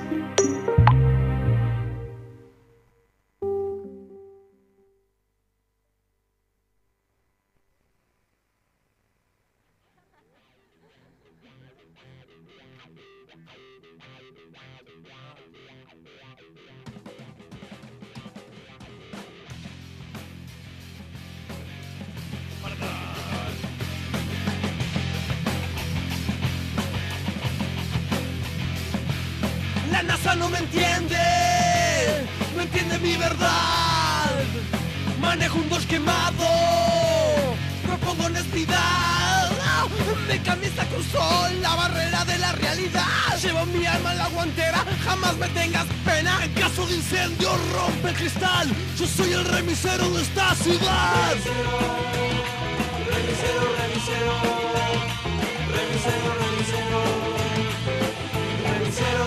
La NASA no me entiende, no entiende mi verdad. Manejo un dos quemado, propongo tengo honestidad. Mi camisa cruzó la barrera de la realidad. Llevo mi alma en la guantera, jamás me tengas pena. En caso de incendio rompe el cristal. Yo soy el remisero de esta ciudad. Remisero, remisero, remisero, remisero, remisero,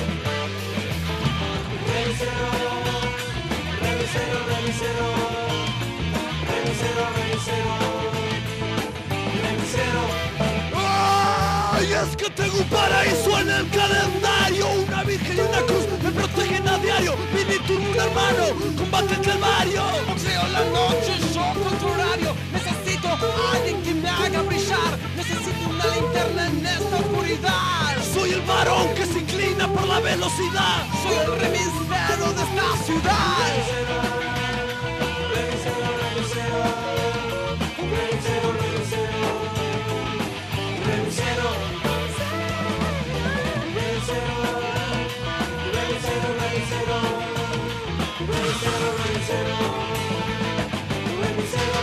remisero, remisero, remisero, remisero, remisero, remisero. ¡Ay! Es que tengo un paraíso en el calendario. Una virgen y una cruz me protegen a diario. Vini turno, un hermano, combate el calvario. Boxeo la noche, yo contra horario. Necesito a alguien que me haga brillar. Necesito una linterna en esta oscuridad. Soy el varón que se inclina por la velocidad. Soy el remisero de esta ciudad. Remisero, remisero, remisero, remisero, remisero, remisero, remisero, remisero, remisero, remisero, remisero.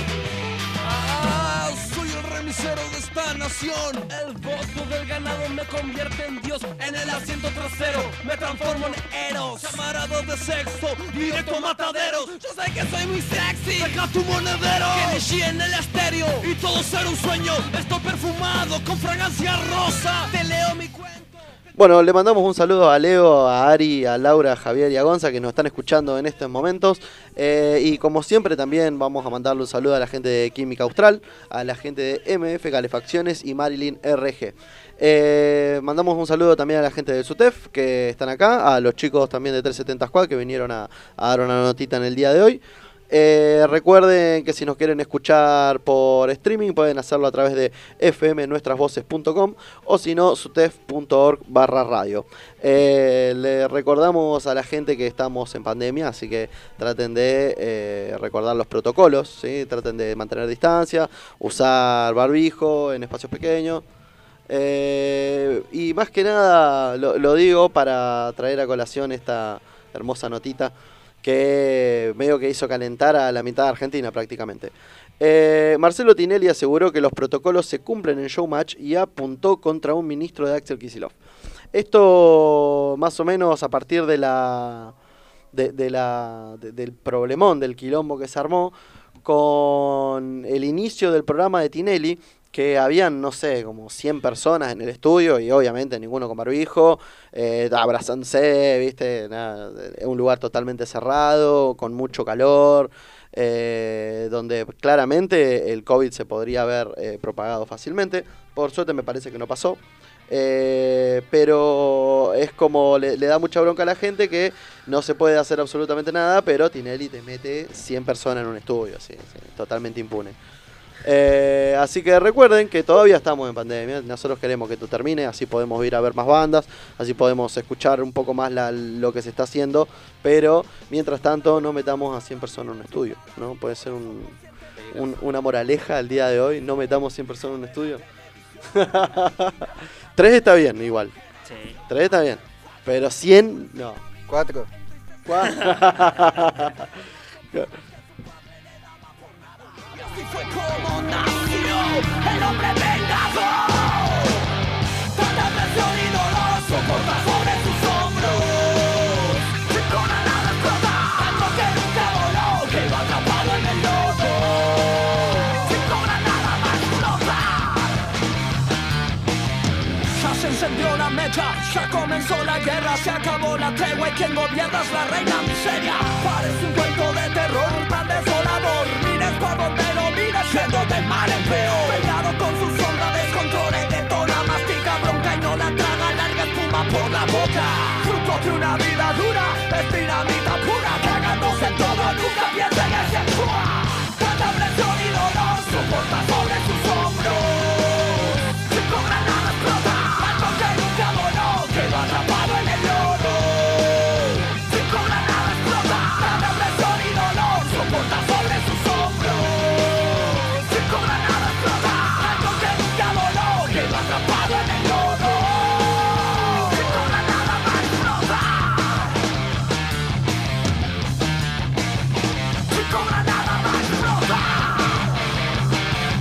Ah, soy el remisero de esta nación. El voto del ganado me convierte en Dios. En el asiento trasero me transformo en Eros. Llamarado de sexo, directo a mataderos. Yo sé que soy muy sexy. Deja tu monedero. Kenichi en el estéreo y todo será un sueño. Estoy perfumado con fragancia rosa. Te leo mi cuento. Bueno, le mandamos un saludo a Leo, a Ari, a Laura, a Javier y a Gonza que nos están escuchando en estos momentos. Y como siempre también vamos a mandarle un saludo a la gente de Química Austral, a la gente de MF Calefacciones y Marilyn RG. Mandamos un saludo también a la gente del SUTEF que están acá, a los chicos también de 370 Squad que vinieron a dar una notita en el día de hoy. Recuerden que si nos quieren escuchar por streaming pueden hacerlo a través de fmnuestrasvoces.com o si no sutef.org/radio. Le recordamos a la gente que estamos en pandemia, así que traten de recordar los protocolos, ¿sí? Traten de mantener distancia, usar barbijo en espacios pequeños. Y más que nada lo digo para traer a colación esta hermosa notita que medio que hizo calentar a la mitad de Argentina prácticamente. Marcelo Tinelli aseguró que los protocolos se cumplen en Showmatch y apuntó contra un ministro de Axel Kicillof. Esto más o menos a partir del problemón, del quilombo que se armó con el inicio del programa de Tinelli, que habían, no sé, como 100 personas en el estudio y obviamente ninguno con barbijo, abrazándose, ¿viste? Nada, un lugar totalmente cerrado, con mucho calor, donde claramente el COVID se podría haber propagado fácilmente. Por suerte me parece que no pasó. Pero es como le da mucha bronca a la gente que no se puede hacer absolutamente nada, pero Tinelli te mete 100 personas en un estudio, así, totalmente impune. Así que recuerden que todavía estamos en pandemia. Nosotros queremos que esto termine, así podemos ir a ver más bandas, así podemos escuchar un poco más lo que se está haciendo. Pero mientras tanto no metamos a 100 personas en un estudio, ¿no? Puede ser una moraleja al día de hoy. No metamos 100 personas en un estudio. 3 está bien igual, sí. 3 está bien, pero 100 no. 4. Así fue como nació el hombre vengador. Tanta presión y dolor soporta sobre sus hombros. Sin con nada explota, algo que nunca voló, que va atrapado en el lodo. Sin con nada va a explotar. Ya se encendió la mecha, ya comenzó la guerra, se acabó la tregua y quien gobierna es la reina miseria. Parece un cuento de terror, tan desolador. Mires por donde lo mires, yendo de mal en peor. Pegado con su sombra, descontrola y detona. Mastica bronca y no la traga, larga espuma por la boca. Fruto de una vida dura, es dinamita pura. Cagándose en todo, nunca piensa en ese actúa. Tanta presión y dolor, soporta sobre sus hombros. Sin cobrar nada explota, algo que nunca voló, quedó atrapado en el lodo. Sin cobrar nada explota, tanta presión y dolor, soporta sobre sus hombros. Sin cobrar nada explota, algo que nunca voló, quedó atrapado en el lodo. Sin cobrar nada va a explotar. Sin cobrar nada va a explotar.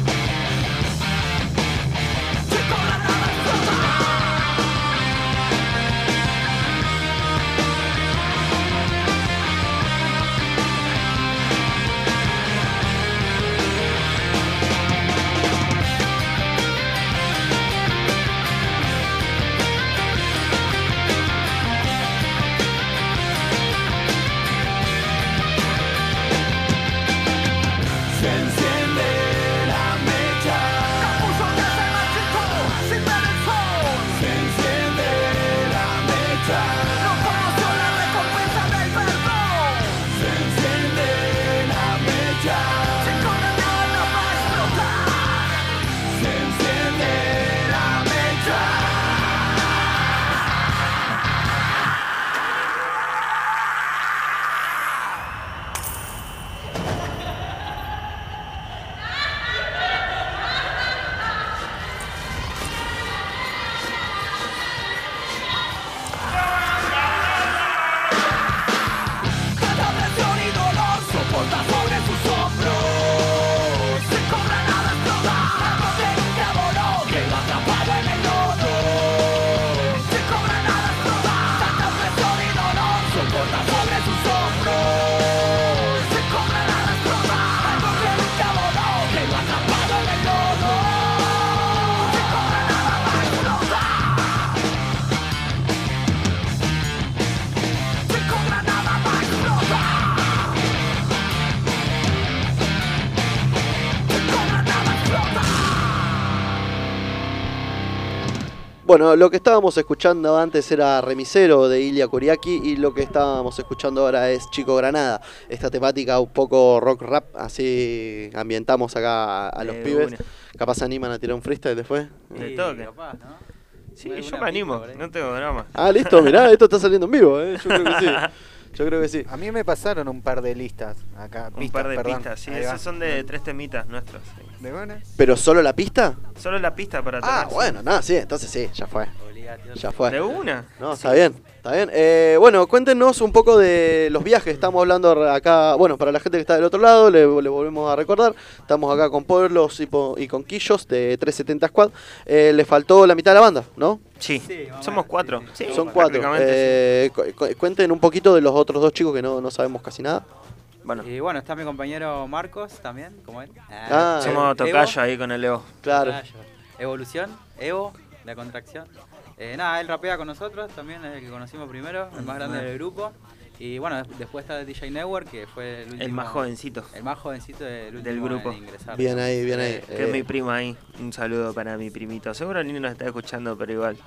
Bueno, lo que estábamos escuchando antes era Remisero de Ilia Kuriaki y lo que estábamos escuchando ahora es Chico Granada. Esta temática un poco rock rap, así ambientamos acá a los pibes. Capaz se animan a tirar un freestyle después. De toque. Capaz, ¿no? Sí, yo me animo, no tengo drama. Ah, listo, mirá, esto está saliendo en vivo, yo creo que sí. Yo creo que sí. A mí me pasaron un par de listas acá. Un par de pistas, sí, esos son de 3 temitas nuestros. Sí. ¿De buena? ¿Pero solo la pista? Solo la pista para tocar. Ah, bueno, nada, sí, entonces sí, ya fue. Ya fue. ¿De una? No, está bien, está bien. Bueno, cuéntenos un poco de los viajes. Estamos hablando acá, bueno, para la gente que está del otro lado, le volvemos a recordar. Estamos acá con Pueblos y con Quillos de 370 Squad. Le faltó la mitad de la banda, ¿no? Sí, somos 4. Sí, son 4. Cuenten un poquito de los otros 2 chicos que no sabemos casi nada. Bueno. Y bueno, está mi compañero Marcos también, como él. Somos tocayo ahí con el Evo. Claro. Evolución, Evo, la contracción. Nada, él rapea con nosotros, también es el que conocimos primero, el más grande del grupo. Y bueno, después está DJ Network, que fue el último. El más jovencito. El más jovencito del grupo. Bien ahí, bien ahí. Que es mi primo ahí. Un saludo para mi primito. Seguro ni nos está escuchando, pero igual.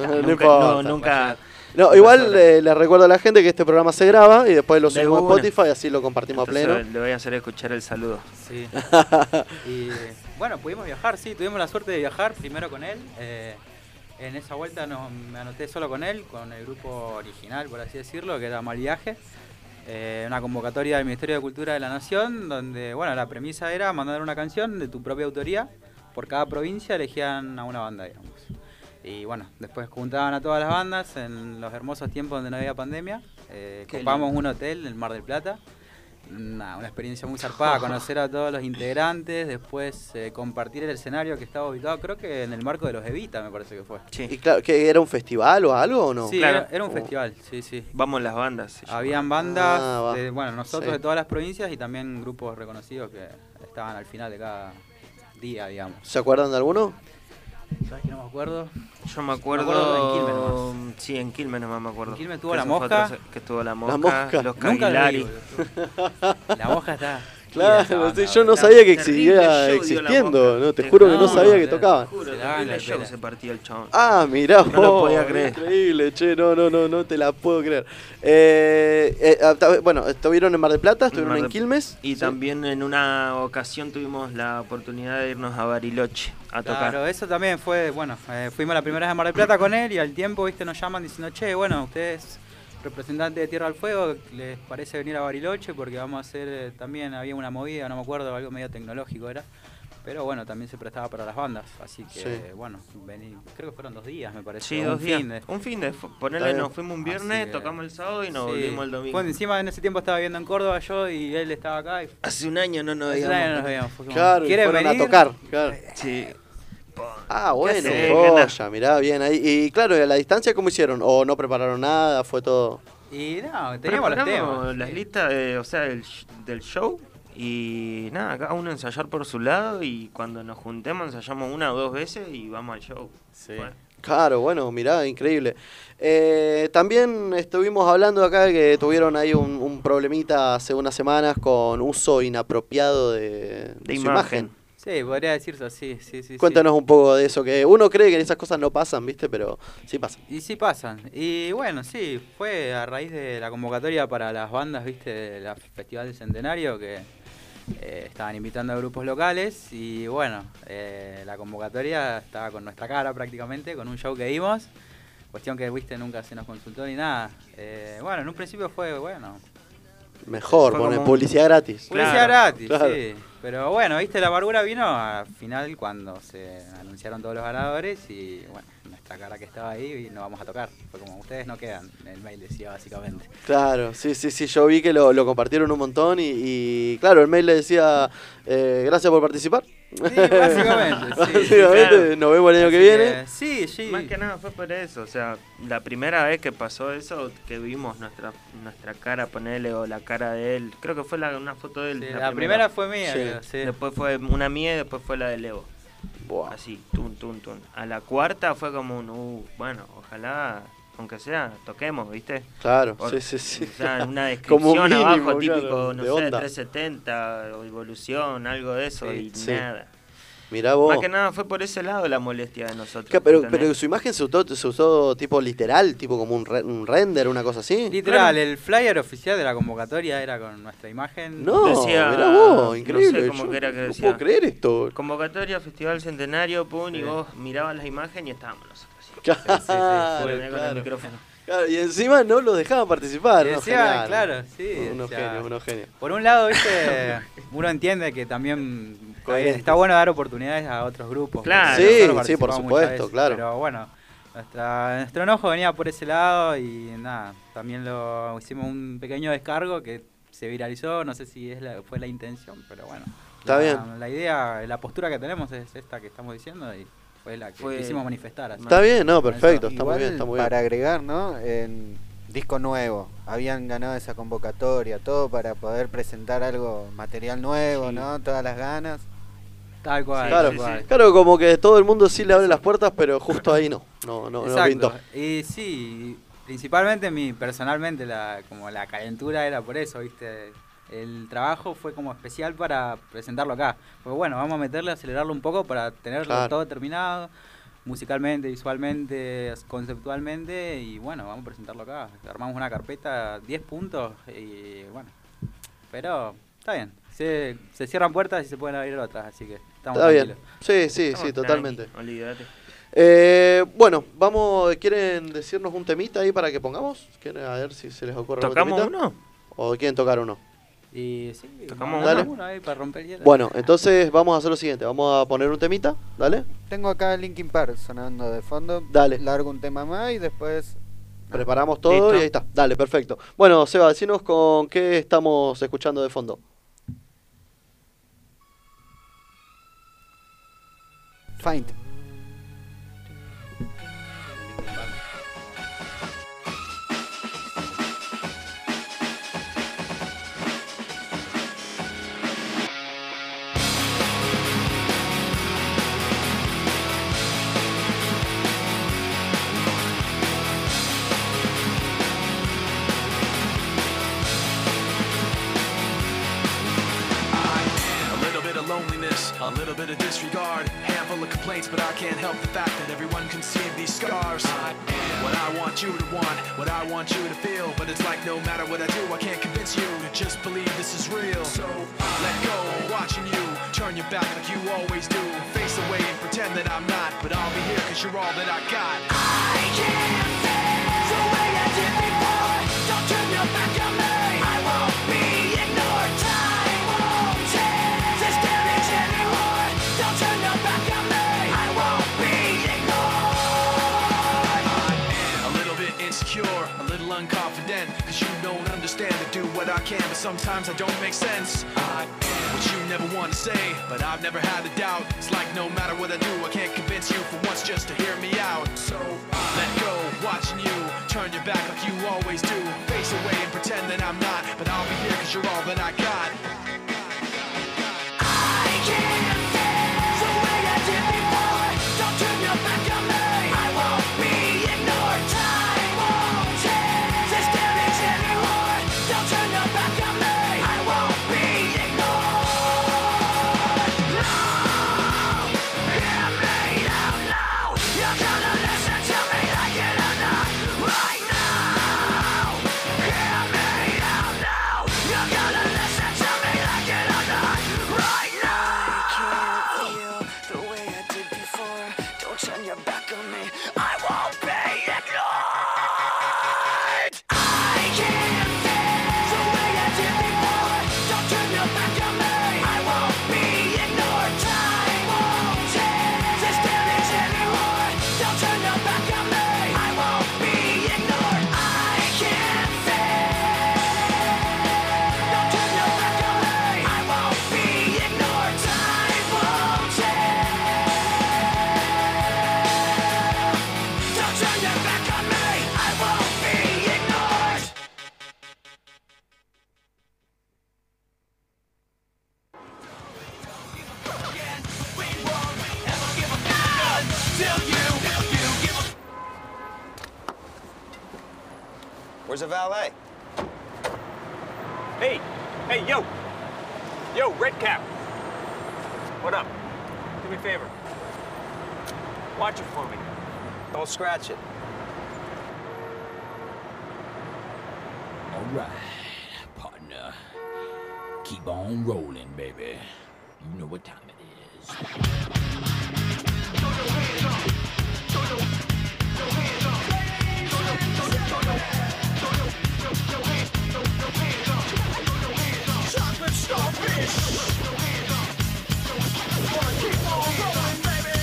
Nunca. No, igual le recuerdo a la gente que este programa se graba y después lo subimos a Spotify, así lo compartimos entonces, a pleno. Le voy a hacer escuchar el saludo. Sí. Y bueno, pudimos viajar, sí, tuvimos la suerte de viajar primero con él. En esa vuelta me anoté solo con él, con el grupo original, por así decirlo, que era Mal Viaje. Una convocatoria del Ministerio de Cultura de la Nación, donde bueno, la premisa era mandar una canción de tu propia autoría. Por cada provincia elegían a una banda, digamos. Y bueno, después juntaban a todas las bandas en los hermosos tiempos donde no había pandemia. Ocupamos un hotel en el Mar del Plata. Una experiencia muy zarpada, conocer a todos los integrantes, después compartir el escenario que estaba ubicado, creo que en el marco de los Evita, me parece que fue. Sí. ¿Y claro, que era un festival o algo o no? Sí, claro. era un festival, sí. Vamos las bandas. Habían bandas, nosotros de todas las provincias y también grupos reconocidos que estaban al final de cada día, digamos. ¿Se acuerdan de alguno? ¿Sabes que no me acuerdo? Yo me acuerdo en Quilmes nomás. Sí, en Quilmes nomás me acuerdo. En Quilmes tuvo La Mosca. Que estuvo La Mosca. Los Caguilari. La Mosca está... Claro, yo no sabía que seguía existiendo, no, te juro que no sabía que tocaban. Se partía el chabón. Ah, mirá vos, no lo podía creer. Increíble, che, no te la puedo creer. Bueno, estuvieron en Mar del Plata, estuvieron en Quilmes. Y también en una ocasión tuvimos la oportunidad de irnos a Bariloche a tocar. Claro, eso también fue, bueno, fuimos la primera vez a Mar del Plata con él y al tiempo, viste, nos llaman diciendo, che, bueno, ustedes... representantes de Tierra del Fuego, ¿les parece venir a Bariloche? Porque vamos a hacer, también había una movida, no me acuerdo, algo medio tecnológico era, pero bueno, también se prestaba para las bandas, así que bueno, creo que fueron 2 días, me parece. Sí, 2 días. Un fin de, ponerle, nos fuimos un viernes, tocamos el sábado y nos volvimos el domingo. Bueno, encima en ese tiempo estaba viviendo en Córdoba yo y él estaba acá. Y hace un año no nos veíamos. Claro, ¿quieren venir? A tocar, claro. Sí. Ah, bueno, ya, mirá, bien ahí. Y claro, ¿a la distancia cómo hicieron? ¿O no prepararon nada? ¿Fue todo...? Y no, teníamos los temas. Las listas, del show. Y nada, cada uno ensayar por su lado. Y cuando nos juntemos ensayamos 1 o 2 veces y vamos al show. Sí. Bueno. Claro, bueno, mirá, increíble. También estuvimos hablando acá que tuvieron ahí un problemita hace unas semanas con uso inapropiado de su imagen. Sí, podría decirse así, sí. Cuéntanos un poco de eso, que uno cree que esas cosas no pasan, ¿viste? Pero sí pasan. Y sí pasan. Y bueno, sí, fue a raíz de la convocatoria para las bandas, ¿viste? De la Festival del Centenario, que estaban invitando a grupos locales. Y bueno, la convocatoria estaba con nuestra cara prácticamente, con un show que dimos. Cuestión que, ¿viste? Nunca se nos consultó ni nada. Bueno, en un principio fue, bueno... Mejor, poner publicidad gratis. Publicidad gratis, claro. Sí. Pero bueno, viste, la amargura vino al final cuando se anunciaron todos los ganadores y bueno, nuestra cara que estaba ahí y no vamos a tocar. Fue como, ustedes no quedan, el mail decía básicamente. Claro, sí, yo vi que lo compartieron un montón y claro, el mail le decía, gracias por participar. Sí, básicamente, sí. Claro. Nos vemos el año que viene. Sí. Más que nada fue por eso, o sea, la primera vez que pasó eso, que vimos nuestra cara, ponerle, o la cara de él, creo que fue una foto de él. Sí, la primera fue mía, sí. Creo, sí. Después fue una mía y después fue la de Evo. Wow. Así, tun. A la cuarta fue como bueno, ojalá, aunque sea, toquemos, ¿viste? Claro, sí. O sea, una descripción mínimo, abajo, típico, claro, no de sé, onda. 370, o Evolución, algo de eso, y sí. nada. Mirá vos. Más que nada fue por ese lado la molestia de nosotros. Pero su imagen se usó tipo literal, tipo como un render, una cosa así. Literal, Claro. el flyer oficial de la convocatoria era con nuestra imagen. No, Decía, mirá vos, increíble. No sé cómo yo que era que no decía. puedo creer esto. Convocatoria, Festival Centenario, pum, y Sí. vos mirabas las imágenes y estábamos nosotros así. Claro, Venía con el micrófono. Claro, y encima no los dejaban participar. Y ¿no? decía, Genial. claro, sí. Unos o sea, genios, unos genios. Por un lado, viste, uno entiende que también Coherentes. está bueno dar oportunidades a otros grupos. Claro. porque Sí, nosotros sí, por participamos muchas supuesto, veces, claro. Pero bueno, nuestro enojo venía por ese lado y nada, también hicimos un pequeño descargo que se viralizó, no sé si fue la intención, pero bueno. Está bien. La idea, la postura que tenemos es esta que estamos diciendo y fue la que quisimos manifestar. Así. Está bien, no, perfecto, está Igual, muy bien, está muy bien. para agregar, ¿no? En disco nuevo, habían ganado esa convocatoria, todo para poder presentar algo, material nuevo, ¿no? Todas las ganas. Tal cual. Claro, tal cual. claro, como que todo el mundo sí le abre las puertas, pero justo ahí no Exacto. pintó. Y sí, principalmente personalmente como la calentura era por eso, ¿viste? El trabajo fue como especial para presentarlo acá. Porque bueno, vamos a meterle, acelerarlo un poco para tenerlo Claro. todo terminado, musicalmente, visualmente, conceptualmente, y bueno, vamos a presentarlo acá. Armamos una carpeta, 10 puntos, y bueno, pero está bien. Se cierran puertas y se pueden abrir otras, así que estamos Está bien. tranquilos. Sí, sí, Estamos sí, totalmente. tranqui, olvídate. Bueno, ¿quieren decirnos un temita ahí para que pongamos? ¿Quieren a ver si se les ocurre algún ¿Tocamos temita? uno? ¿O quieren tocar uno? Y sí, Tocamos Dale. uno ahí para romper el hielo. Bueno, entonces vamos a hacer lo siguiente, vamos a poner un temita, dale. Tengo acá Linkin Park sonando de fondo. Dale. Largo un tema más y después... Preparamos todo Listo. y ahí está. Dale, perfecto. Bueno, Seba, decinos con qué estamos escuchando de fondo. Find. A little bit of loneliness, a little bit of disregard, handful of complaints, but I can't help the fact that everyone can see these scars. I am what I want you to want, what I want you to feel, but it's like no matter what I do, I can't convince you to just believe this is real. So let go, watching you turn your back like you always do, face away and pretend that I'm not, but I'll be here 'cause you're all that I got. I can't feel the way I did before. Don't turn your back on me. I won't be ignored. Time won't change this damage anymore. Don't turn your back on me. I won't be ignored. I am a little bit insecure, a little unconfident, 'cause you don't understand to do what I can, but sometimes I don't make sense. I am what you never want to say, but I've never had a doubt. It's like no matter what I do, I can't convince you for once just to hear me out. So let go, watching you turn your back like you always do, face away and pretend that I'm not, but I'll be here 'cause you're all that I got. I can't feel the way I did before. Don't turn your back on me. I won't be ignored. Time won't change this damage anymore. Don't turn your back on me. I won't be ignored. No, hear me out loud. You're gonna listen to me like it or not. Right now, hear me out loud. You're gonna listen to me like it or not. Right now. I can't feel the way I did before. Don't turn your back on me. I won't be ignored. I can't feel the way I did before. Don't turn your back on me. I won't be ignored. Time won't change this damage anymore. Don't turn your back on me. I won't be ignored. I can't feel. Don't turn your back on me. I won't be ignored. Time won't change. Don't turn your back on me. I won't be ignored. Where's the valet? Hey, yo, red cap. What up? Do me a favor. Watch it for me. Don't scratch it. All right, partner. Keep on rolling, baby. You know what time it is. Chocolate starfish. Keep on rolling, baby.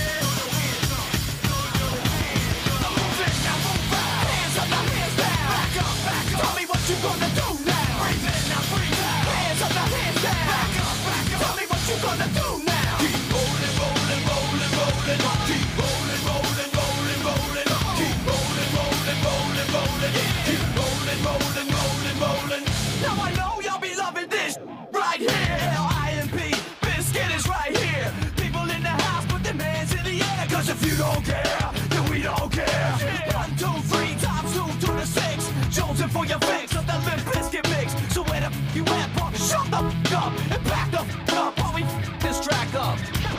Hands up, now hands down. Back up, back up. Tell me what you gonna do now. Breathe in, now breathe out. Hands up, now hands down. Back up, back up. Tell me what you gonna do now. Keep rolling, rolling, rolling, rolling. Keep rolling, rolling, rolling, rolling. Keep rolling, rolling, rolling, rolling. Keep rolling, rolling, rolling, rolling. Now I know y'all be loving this right here. L-I-M-P, Biscuit is right here. People in the house, put their hands in the air. Cause if you don't care, then we don't care. 1, 2, 3, times 2 to the 6. Jonesing for your fix of the Limp Bizkit mix. So where the f you at, punk? Shut the f up and back the f up while we f this track up.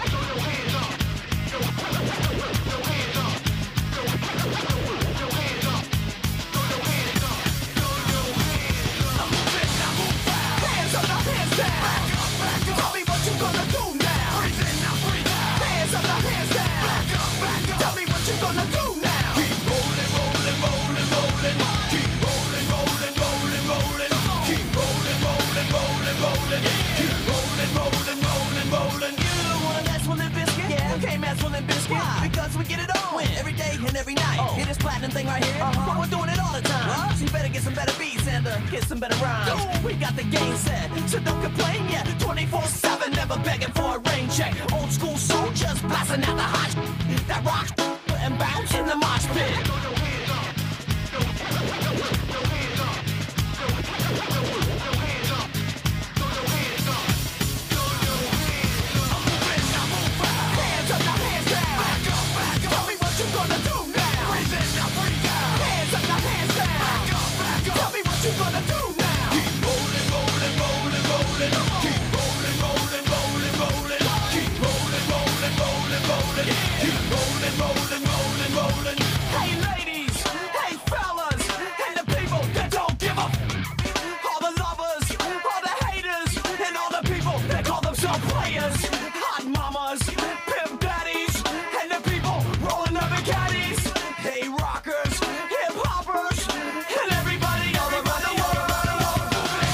Hands up, now hands down. Back up, back up. Tell me what you gonna do now. Breathe in, now breathe out. Hands up, now hands down. Back up, back up. Tell me what you gonna do now. Keep rolling, rolling, rolling, rolling. Keep rolling, rolling, rolling, rolling. Keep rolling, rolling, rolling, rolling. Keep rolling, rolling, rolling, rolling. You wanna mess with Limp Bizkit? Yeah, you can't mess with Limp Bizkit. Why? Because we get it on every day and every night. Hear this platinum thing right here? But we're doing it all the time. So you better get some better beats and get some better rhymes. We got the game set, so don't complain yet. 24/7, never begging for a rain check. Old school soldiers blasting out the hot that rock and bounce in the mosh pit. Hands up, now hands down. Back up, back up. Tell me what you gonna do now. Breathe in, now breathe out. Hands up, now hands down. Back up, back up. Tell me what you gonna do now. Keep rolling, rolling, rolling, rolling. Keep rolling, rolling, rolling, rolling. Keep rolling, rolling, rolling, rolling. Keep rolling, rolling, rolling, rolling. Hey ladies, hey fellas, and the people that don't give up. All the lovers, all the haters, and all the people that call themselves players. Hot mamas, pimp daddies, and the people rolling up in caddies. Hey rockers, hip hoppers, and everybody all around the world.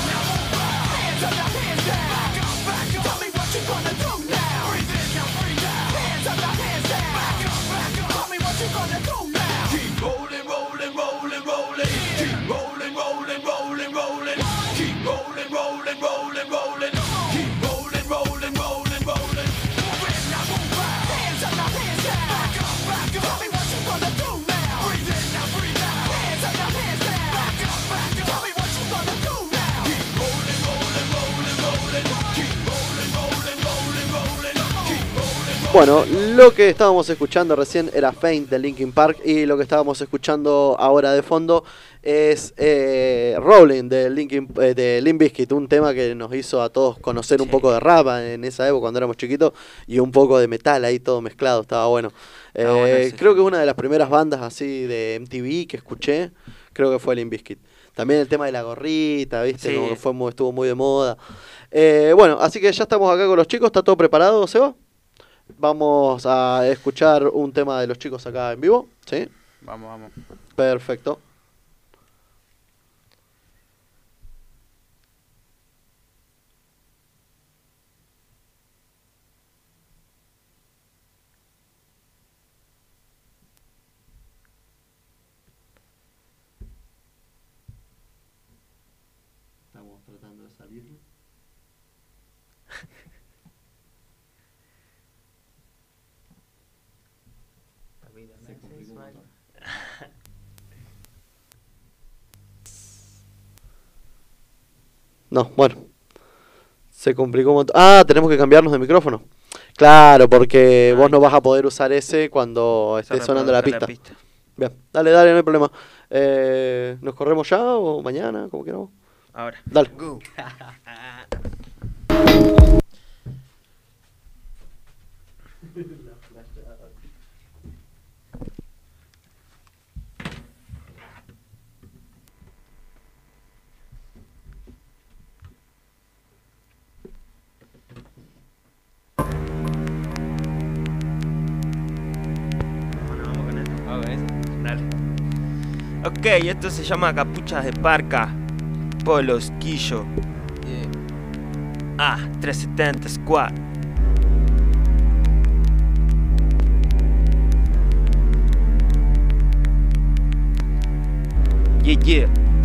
Hands up, now hands down. Back up, back up. Tell me what you gonna do now. Breathe in, now breathe out. Hands up, now hands down. Back up, back up. Tell me what you gonna do now. Keep rolling, rolling, rolling, rolling. Keep rolling, rolling, rolling, rolling. Keep rolling, rolling, rolling, rolling. Keep rolling, rolling, rolling, rolling. Move in, now move out. Hands up, now hands down. Back up, back up. Tell me what you gonna do now. Breathe in, now breathe out. Hands up, now hands down. Back up, back up. Tell me what you gonna do now. Keep rolling, rolling, rolling, rolling. Keep rolling, rolling, rolling, rolling. Keep rolling. Bueno, lo que estábamos escuchando recién era Faint de Linkin Park y lo que estábamos escuchando ahora de fondo es Rolling de Limp Bizkit, un tema que nos hizo a todos conocer un poco de rap en esa época cuando éramos chiquitos y un poco de metal ahí todo mezclado, estaba bueno. Sí. Creo que es una de las primeras bandas así de MTV que escuché, creo que fue Limp Bizkit. También el tema de la gorrita, ¿viste? Sí. Como que estuvo muy de moda. Bueno, así que ya estamos acá con los chicos, ¿está todo preparado, Seba? Vamos a escuchar un tema de los chicos acá en vivo, ¿sí? Vamos, vamos. Perfecto. Estamos tratando de salirlo. Se complicó un montón. No, bueno. Se complicó un montón. Ah, tenemos que cambiarnos de micrófono. Claro, porque vos no vas a poder usar ese cuando esté sonando la pista. Bien, dale, no hay problema. ¿Nos corremos ya o mañana? Como queramos. Ahora. Dale. Ok, esto se llama Capuchas de Parca. Polos, Quillo. Ah, 370 Squad. Yeah.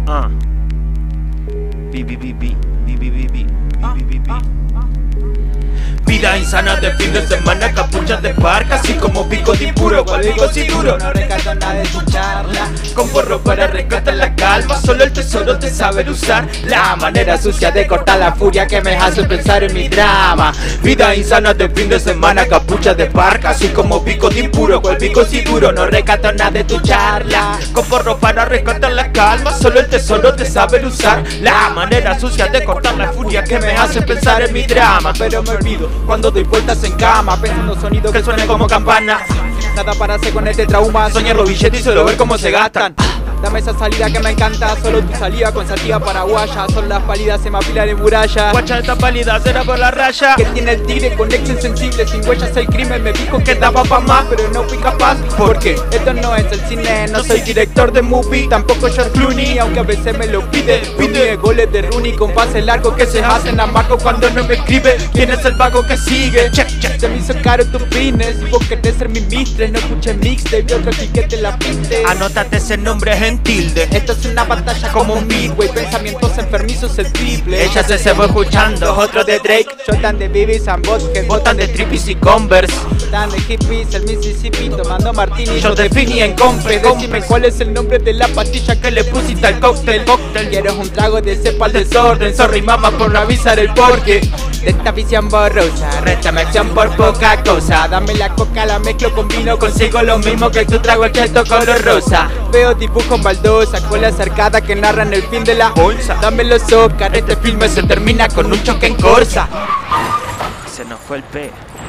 Vida insana de fin de semana, capuchas de parca, así como pico de impuro, cual digo si duro. No rescato nada de tu charla, con porro para rescatar la calma, solo el tesoro de saber usar la manera sucia de cortar la furia que me hace pensar en mi drama. Vida insana de fin de semana, capuchas de parca, así como pico de impuro, cual pico si duro. No rescato nada de tu charla, con porro para rescatar la calma, solo el tesoro de saber usar la manera sucia de cortar la furia que me hace pensar en mi drama. pero me olvido cuando doy vueltas en cama, pensando sonidos que suenen como campanas. Nada para hacer con este trauma, soñar los billetes y solo ver cómo se gastan. Dame esa salida que me encanta, solo tu salida con sativa paraguaya. Solo las pálidas se me apilan en muralla. Guacha, esta pálida será por la raya que tiene el tigre con ex insensible. Sin huellas el crimen me dijo que daba pa' más, pero no fui capaz. Porque esto no es el cine, no soy director de movie, tampoco George Clooney, aunque a veces me lo pide. Pide goles de Rooney con pases largos que se hacen a Marco cuando no me escribe. ¿Quién es el vago que sigue? Check. Se me hizo caro tu pines y vos querés ser mi mistress. No escuché mixtape, yo otro piquete la piste. Anótate ese nombre en tilde. Esto es una batalla como un midway, pensamientos enfermizos el triple. Ella se cebó escuchando otro de Drake. Jotan de Bibis and Vodka, botan de trippies y Converse. Botan de hippies, el Mississippi tomando martini. Yo definí en Confe. Decime cuál es el nombre de la pastilla que le pusiste al cóctel. Quiero un trago de cepa al desorden. Sorry mama por avisar el porqué de esta visión borrosa. Réstame acción por poca cosa. Dame la coca, la mezclo con vino. Consigo lo mismo que tu trago cheto color rosa. Veo dibujos baldosas con la cercada que narran el fin de la bolsa. Dame los Oscar, este filme se termina con un choque en Corsa. Se nos fue el P.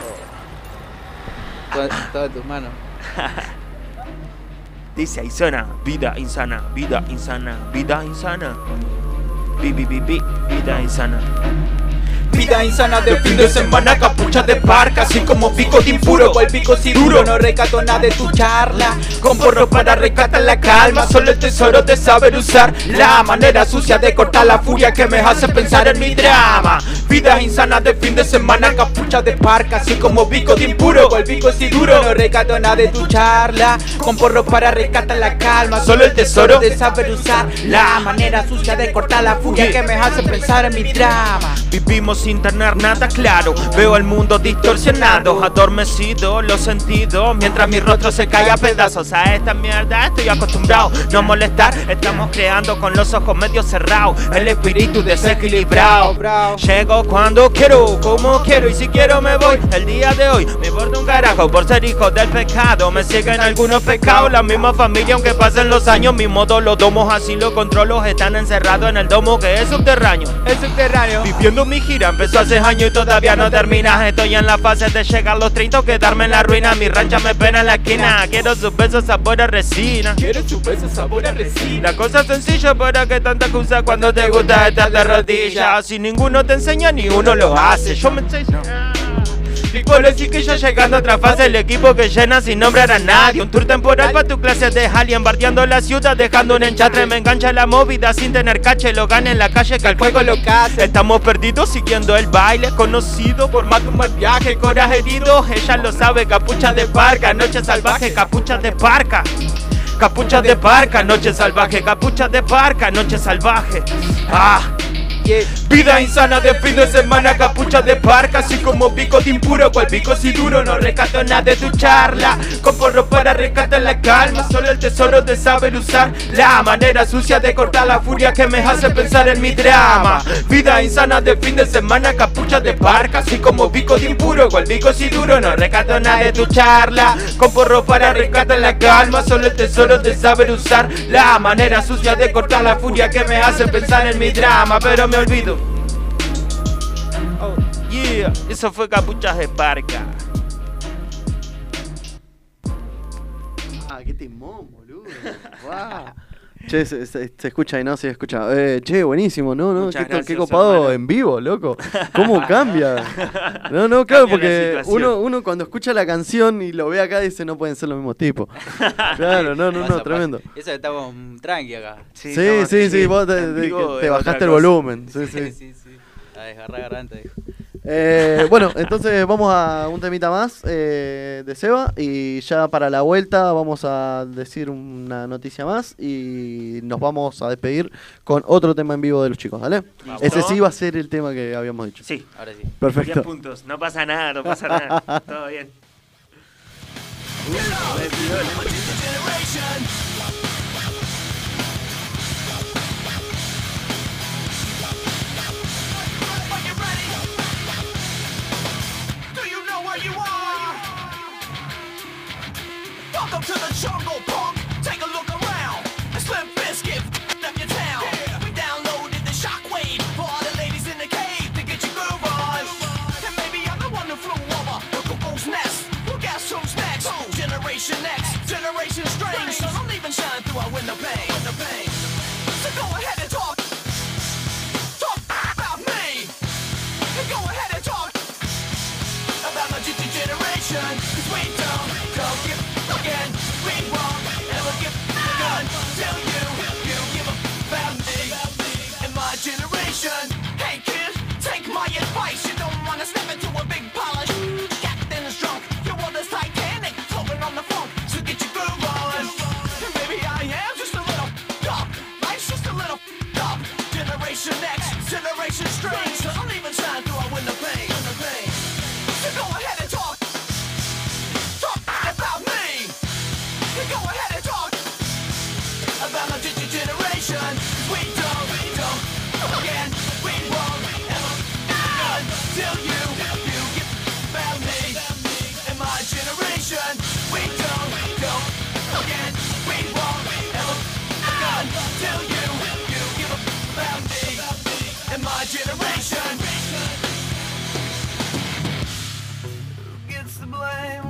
Todo en tus manos. Dice ahí suena, vida insana, vida insana, vida insana. Vida insana. Vida insana de fin de semana, capuchas de parca, así como pico de impuro, cual pico si duro. No rescato nada de tu charla, con porro para rescatar la calma, solo el tesoro de saber usar la manera sucia de cortar la furia que me hace pensar en mi drama. Vida insana de fin de semana, capuchas de parca, así como pico de impuro, cual pico si duro. No rescato nada de tu charla, con porro para rescatar la calma, solo el tesoro de saber usar la manera sucia de cortar la furia que me hace pensar en mi drama. Vivimos sin tener nada claro, veo el mundo distorsionado, adormecido los sentidos, mientras mi rostro se cae a pedazos. A esta mierda estoy acostumbrado, no molestar, estamos creando con los ojos medio cerrados, el espíritu desequilibrado. Llego cuando quiero, como quiero y si quiero me voy. El día de hoy me importa un carajo por ser hijo del pecado, me siguen algunos pecados, la misma familia aunque pasen los años, mi modo los domos así lo controlo, están encerrados en el domo que es subterráneo. Es subterráneo. Viviendo mi gira empezó hace años y todavía no termina. Estoy en la fase de llegar los 30 o quedarme en la ruina. Mi rancha me pena en la esquina. Quiero sus besos sabor a resina. Quiero sus besos sabor a resina. La cosa sencilla, para que tanta excusa cuando te gusta estar de rodillas. Si ninguno te enseña, ni uno lo hace. Yo me enseño. Y por decir que yo llegando a otra fase, el equipo que llena sin nombrar a nadie. Un tour temporal para tu clase de alien, bardeando la ciudad, dejando un enchatre. Me engancha la movida sin tener cache, lo gana en la calle que al fuego lo case. Estamos perdidos siguiendo el baile, conocido por más que un mal viaje, coraje herido. Ella lo sabe, capucha de parca, noche salvaje, capucha de parca. Capucha de parca, noche salvaje, capucha de parca, noche salvaje. Vida insana de fin de semana, capucha de parca, así como pico de impuro, cual pico si duro. No rescato nada de tu charla, con porro para rescatar la calma, solo el tesoro de saber usar la manera sucia de cortar la furia que me hace pensar en mi drama. Vida insana de fin de semana, capucha de parca, así como pico de impuro, cual pico si duro. No rescato nada de tu charla, con porro para rescatar la calma, solo el tesoro de saber usar la manera sucia de cortar la furia que me hace pensar en mi drama, pero me olvido. Oh, yeah, eso fue Capuchas de Parca. temón, boludo. Wow. Che, se escucha ahí, ¿no? Sí, se escucha. Che, buenísimo, ¿no? Qué copado, hermano. En vivo, loco. ¿Cómo cambia? No, claro, porque uno cuando escucha la canción y lo ve acá dice, no pueden ser los mismos tipos. Claro, no, tremendo. Eso estamos tranqui acá. Sí, vos te bajaste el volumen. Sí. A desgarrar garganta, dijo. Bueno, entonces vamos a un temita más de Seba y ya para la vuelta vamos a decir una noticia más y nos vamos a despedir con otro tema en vivo de los chicos, ¿vale? Vamos. Ese sí va a ser el tema que habíamos dicho. Sí, ahora sí. Perfecto. 10 puntos, no pasa nada, todo bien. Welcome to the jungle, punk. Take a look around. Slim Biscuit up your town. We downloaded the shockwave for all the ladies in the cave to get your groove on. And maybe I'm the one who flew over the cuckoo's nest. Well, guess who's next? Generation X, Generation Strange. So don't even shine through our window pane. So go ahead and talk about me. And go ahead and talk about my generation. 'Cause we don't give again, we won't ever give a gun till you give about me and my generation. Hey kid, take my advice. You don't wanna step into a big polish. Captain is drunk, your world is Titanic, floating on the funk, so get your groove on. And maybe I am just a little dumb, life's just a little dumb. Generation X, Generation Strange, so don't even shine through our window pane. So go ahead and talk about me. Go ahead and talk about my generation. We don't, again, we won't ever until you get about me and my generation. We don't, again, we won't ever until you give about me and my generation. Who gets the blame?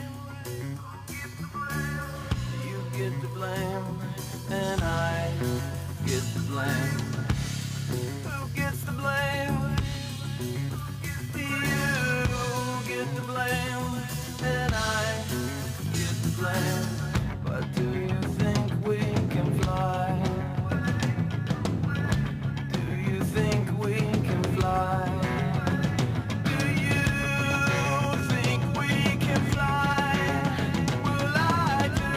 Get the blame, and I get the blame. Who gets the blame? You get the blame, and I get the blame. But do you think we can fly? Do you think we can fly? Do you think we can fly? Well, I do.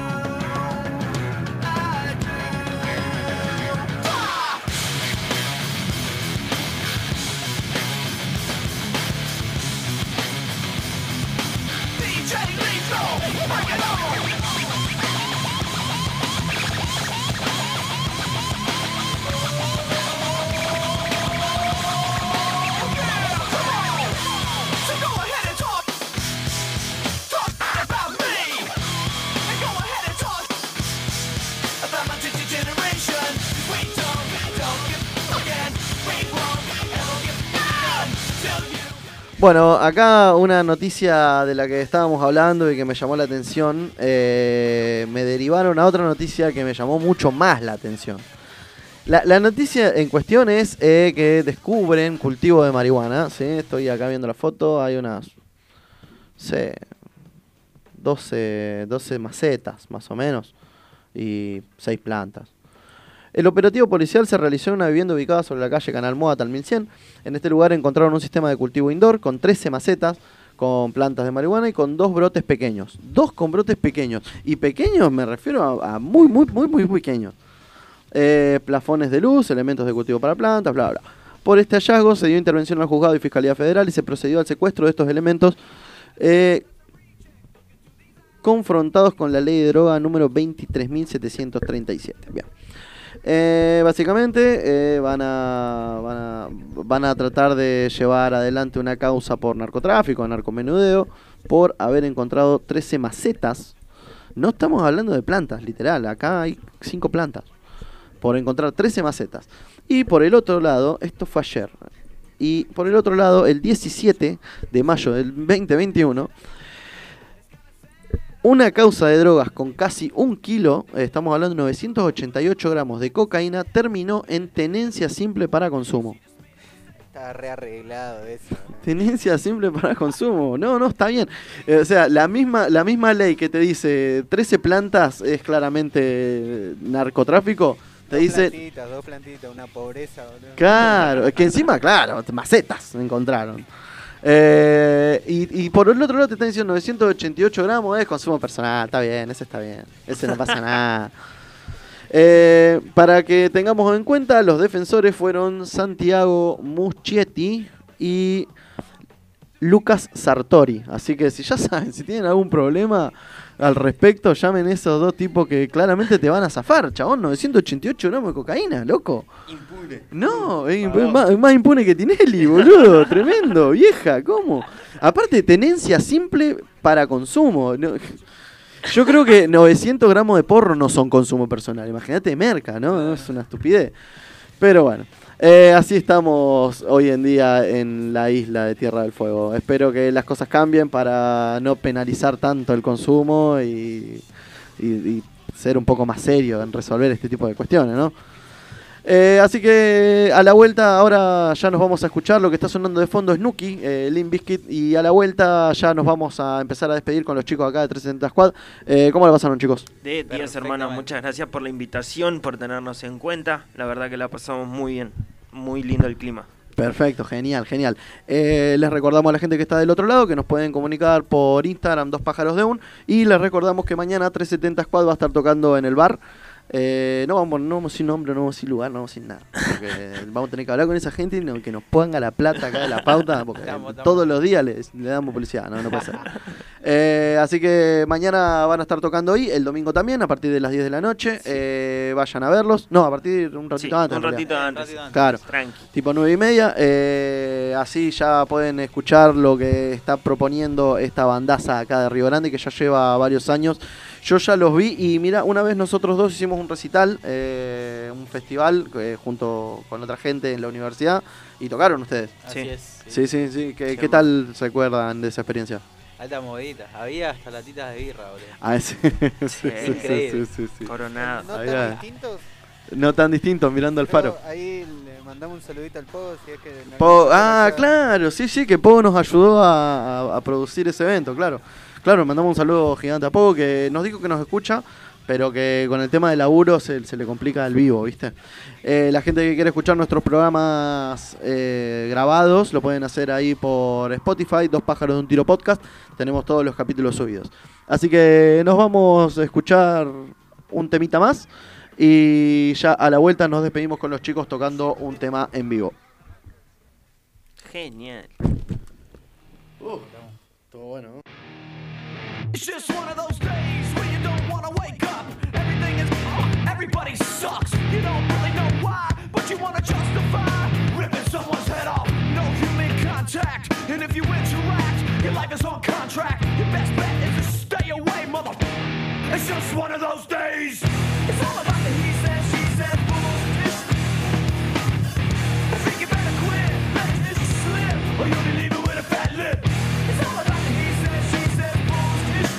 DJ Lethal, bring it on! So go ahead and talk about me, and go ahead and talk about my generation. We don't give again, we won't ever give until you. Bueno, acá una noticia de la que estábamos hablando y que me llamó la atención. Me derivaron a otra noticia que me llamó mucho más la atención. La noticia en cuestión es que descubren cultivo de marihuana. ¿Sí? Estoy acá viendo la foto. Hay unas 12 macetas más o menos y 6 plantas. El operativo policial se realizó en una vivienda ubicada sobre la calle Canal Moa, tal 1100. En este lugar encontraron un sistema de cultivo indoor con 13 macetas con plantas de marihuana y con 2 brotes pequeños. 2 con brotes pequeños. Y pequeños me refiero a muy pequeños. Plafones de luz, elementos de cultivo para plantas, bla, bla. Por este hallazgo se dio intervención al juzgado y Fiscalía Federal y se procedió al secuestro de estos elementos confrontados con la ley de droga número 23.737. Bien. Básicamente van a tratar de llevar adelante una causa por narcotráfico, narcomenudeo, por haber encontrado 13 macetas. No estamos hablando de plantas, literal, acá hay 5 plantas. Por encontrar 13 macetas. Y por el otro lado, esto fue ayer, y por el otro lado, el 17 de mayo del 2021, Una causa de drogas con casi 1 kilo, estamos hablando de 988 gramos de cocaína, terminó en tenencia simple para consumo. Está rearreglado eso. Tenencia simple para consumo. No, está bien. O sea, la misma ley que te dice 13 plantas es claramente narcotráfico. Te dice... Dos plantitas, una pobreza, boludo. Claro, es que encima, claro, macetas encontraron. Y por el otro lado te están diciendo 988 gramos es consumo personal. Está bien, ese no pasa nada. Para que tengamos en cuenta, los defensores fueron Santiago Muschietti y Lucas Sartori. Así que si ya saben, si tienen algún problema al respecto, llamen a esos dos tipos que claramente te van a zafar, chabón. 988 gramos de cocaína, loco. Impune. No, es más impune que Tinelli, boludo. Tremendo, vieja, ¿cómo? Aparte, tenencia simple para consumo. No, yo creo que 900 gramos de porro no son consumo personal. Imagínate merca, ¿no? Es una estupidez. Pero bueno, así estamos hoy en día en la isla de Tierra del Fuego. Espero que las cosas cambien para no penalizar tanto el consumo y ser un poco más serio en resolver este tipo de cuestiones, ¿no? Así que a la vuelta ahora ya nos vamos a escuchar. Lo que está sonando de fondo es Nuki, Limp Bizkit, y a la vuelta ya nos vamos a empezar a despedir con los chicos acá de 360 Squad. ¿Cómo la pasaron, chicos? De 10, hermano, muchas gracias por la invitación, por tenernos en cuenta. La verdad que la pasamos muy bien, muy lindo el clima. Perfecto, genial. Les recordamos a la gente que está del otro lado que nos pueden comunicar por Instagram, 2 pájaros de un, y les recordamos que mañana 370 Squad va a estar tocando en el bar. No vamos sin nombre, no vamos sin lugar, no vamos sin nada. Porque vamos a tener que hablar con esa gente y que nos ponga la plata acá de la pauta, porque todos los días le damos publicidad, no puede ser. Así que mañana van a estar tocando ahí, el domingo también, a partir de las 10 de la noche. Vayan a verlos. No, a partir de un ratito antes. Un ratito antes. Claro, tranqui. Tipo 9:30. Así ya pueden escuchar lo que está proponiendo esta bandaza acá de Río Grande, que ya lleva varios años. Yo ya los vi y mira, una vez nosotros dos hicimos un recital, un festival junto con otra gente en la universidad y tocaron ustedes. Así es. Sí. ¿Qué tal se acuerdan de esa experiencia? Alta modita, había hasta latitas de birra, boludo. Ah, sí. Sí. Coronado. ¿No tan distintos? No tan distintos, mirando al faro. Ahí le mandamos un saludito al Pogo, si es que... Claro, sí, que Pogo nos ayudó a producir ese evento, claro. Claro, mandamos un saludo gigante a Pogo, que nos dijo que nos escucha, pero que con el tema del laburo se le complica el vivo, ¿viste? La gente que quiere escuchar nuestros programas grabados lo pueden hacer ahí por Spotify, 2 pájaros de un tiro podcast. Tenemos todos los capítulos subidos. Así que nos vamos a escuchar un temita más y ya a la vuelta nos despedimos con los chicos tocando un tema en vivo. Genial. Todo bueno, ¿no? It's just one of those days where you don't wanna wake up. Everything is everybody sucks. You don't really know why, but you wanna justify ripping someone's head off. No human contact, and if you interact, your life is on contract. Your best bet is to stay away, mother. It's just one of those days. It's all about the he said, she said bullshit. I think you better quit, let this slip, or you'll be leaving with a fat lip. It's all about the he said, she said bullshit.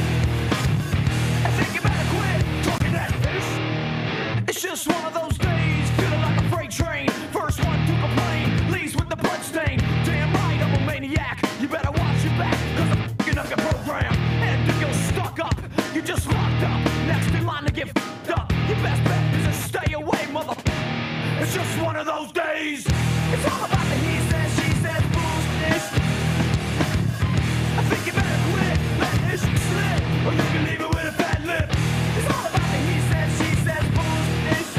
I think you better quit talking that fish. It's just one of those days, feeling like a freight train. First one to complain, leaves with the bloodstain. Damn right, I'm a maniac. You better watch your back, cause I'm f***ing up your program. And if you're stuck up, you're just locked up. Next in line to get f***ed up. Your best bet is to stay away, mother. It's just one of those days. It's all about the he says, she says bullshit. I think you better quit, let this slip, or you can leave it with a fat lip. It's all about the he says, she says bullshit.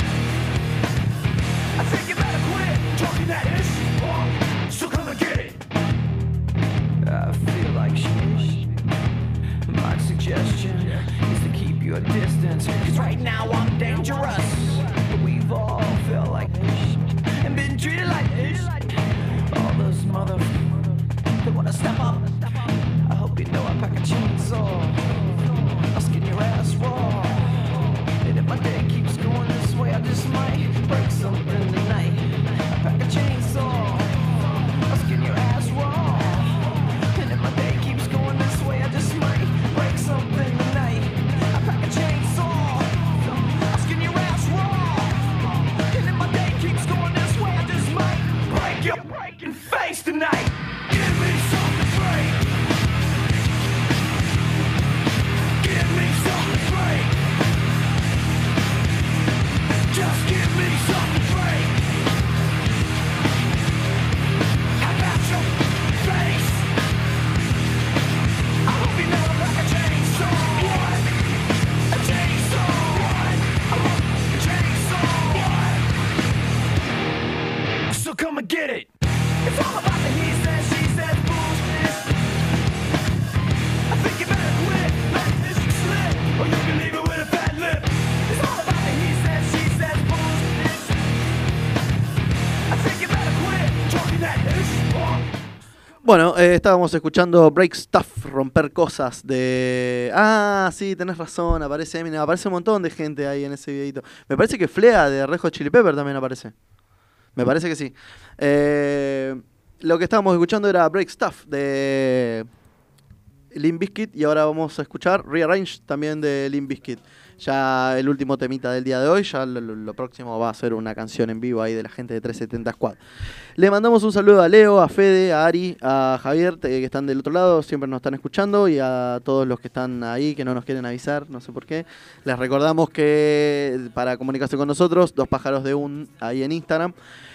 I think you better quit talking that ish, so come and get it. I feel like shit. My suggestion is to keep your distance, cause right now I'm dangerous. We've all felt like this and been treated like this. get it. It's all about the he says, she says bullshit. I think you better quit, let this slip, or you can leave it with a fat lip. It's all about the he says, she says bullshit. I think you better quit talking that ish. Bueno, estábamos escuchando Break Stuff, romper cosas de... Ah, sí, tenés razón, aparece Eminem, aparece un montón de gente ahí en ese videito. Me parece que Flea de Red Hot Chili Pepper también aparece. Me parece que sí. Lo que estábamos escuchando era Break Stuff de Limp Bizkit y ahora vamos a escuchar Rearrange también de Limp Bizkit. Ya el último temita del día de hoy, ya lo próximo va a ser una canción en vivo ahí de la gente de 370 Squad. Le mandamos un saludo a Leo, a Fede, a Ari, a Javier, que están del otro lado, siempre nos están escuchando, y a todos los que están ahí, que no nos quieren avisar, no sé por qué. Les recordamos que para comunicarse con nosotros, 2 pájaros de un ahí en Instagram.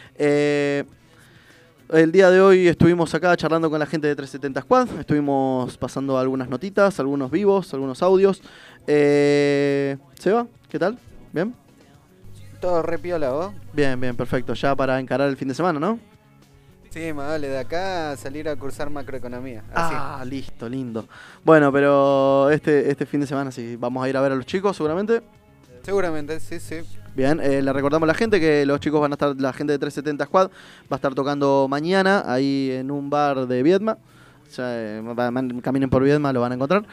El día de hoy estuvimos acá charlando con la gente de 370 Squad, estuvimos pasando algunas notitas, algunos vivos, algunos audios. Seba, ¿qué tal? ¿Bien? Todo re piola, ¿vos? Bien, bien, perfecto. Ya para encarar el fin de semana, ¿no? Sí, más vale de acá a salir a cursar macroeconomía. Así. Ah, listo, lindo. Bueno, pero este fin de semana sí, vamos a ir a ver a los chicos seguramente. Seguramente, sí, sí. Bien, le recordamos a la gente que los chicos van a estar, la gente de 370 Squad va a estar tocando mañana ahí en un bar de Viedma. O sea, caminen por Viedma, lo van a encontrar.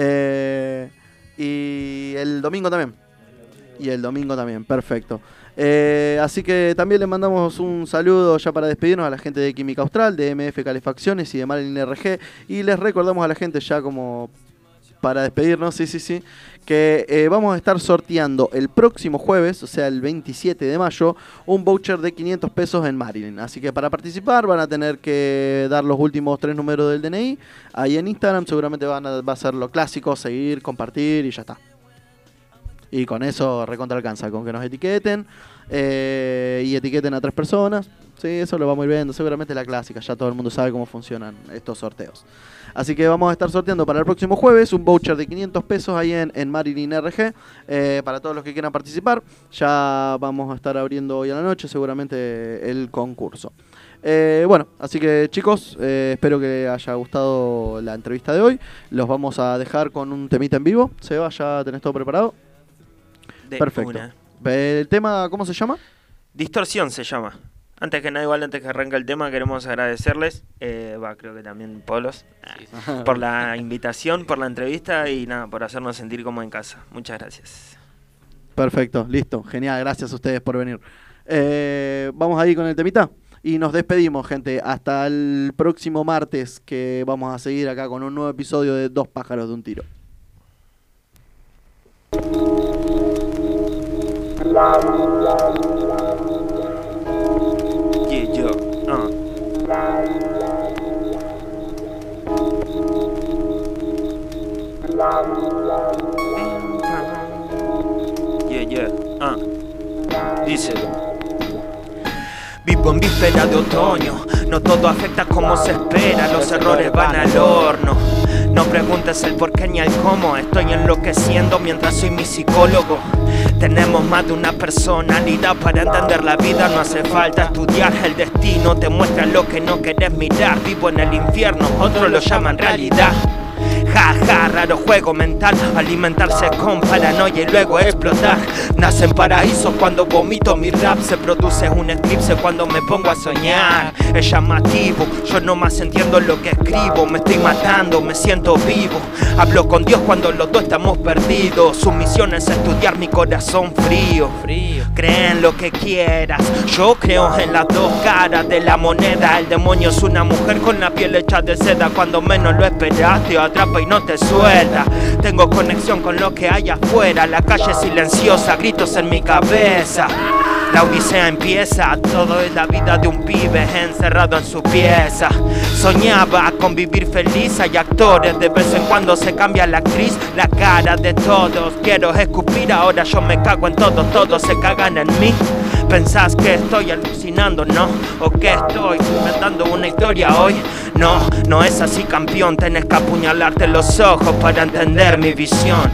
Y el domingo también. Perfecto. Así que también le mandamos un saludo ya para despedirnos a la gente de Química Austral, de MF Calefacciones y de Marlin RG. Y les recordamos a la gente ya como para despedirnos, sí, que vamos a estar sorteando el próximo jueves, o sea el 27 de mayo, un voucher de 500 pesos en Marilyn. Así que para participar van a tener que dar los últimos 3 números del DNI. Ahí en Instagram seguramente va a ser lo clásico, seguir, compartir y ya está. Y con eso recontra alcanza, con que nos etiqueten y etiqueten a 3 personas. Sí, eso lo vamos a ir viendo, seguramente la clásica, ya todo el mundo sabe cómo funcionan estos sorteos. Así que vamos a estar sorteando para el próximo jueves un voucher de 500 pesos ahí en Marilyn RG para todos los que quieran participar. Ya vamos a estar abriendo hoy a la noche seguramente el concurso. Bueno, así que chicos, espero que haya gustado la entrevista de hoy. Los vamos a dejar con un temita en vivo. Seba, ¿ya tenés todo preparado? Perfecto. ¿El tema cómo se llama? Distorsión se llama. Antes que nada, igual antes que arranque el tema, queremos agradecerles, creo que también Polos, por la invitación, por la entrevista y nada, por hacernos sentir como en casa. Muchas gracias. Perfecto, listo, genial, gracias a ustedes por venir. Vamos ahí con el temita y nos despedimos, gente, hasta el próximo martes, que vamos a seguir acá con un nuevo episodio de 2 pájaros de un tiro. Dice: vivo en víspera de otoño, no todo afecta como se espera, los errores van al horno. No preguntes el por qué ni el cómo, estoy enloqueciendo mientras soy mi psicólogo. Tenemos más de una personalidad para entender la vida, no hace falta estudiar, el destino te muestra lo que no querés mirar. Vivo en el infierno, otros lo llaman realidad. Jaja, raro juego mental, alimentarse con paranoia y luego explotar. Nacen paraísos cuando vomito mi rap, se produce un eclipse cuando me pongo a soñar. Es llamativo, yo nomás entiendo lo que escribo, me estoy matando, me siento vivo. Hablo con Dios cuando los dos estamos perdidos, su misión es estudiar mi corazón frío. Cree en lo que quieras, yo creo en las dos caras de la moneda. El demonio es una mujer con la piel hecha de seda, cuando menos lo esperas te atrapa y no te suelta. Tengo conexión con lo que hay afuera, la calle silenciosa, gritos en mi cabeza. La odisea empieza, todo es la vida de un pibe encerrado en su pieza. Soñaba con vivir feliz, hay actores, de vez en cuando se cambia la actriz, la cara de todos. Quiero escupir, ahora yo me cago en todos, todos se cagan en mí. Pensás que estoy alucinando, ¿no? O que estoy inventando una historia hoy. No es así, campeón, tenés que apuñalarte los ojos para entender mi visión.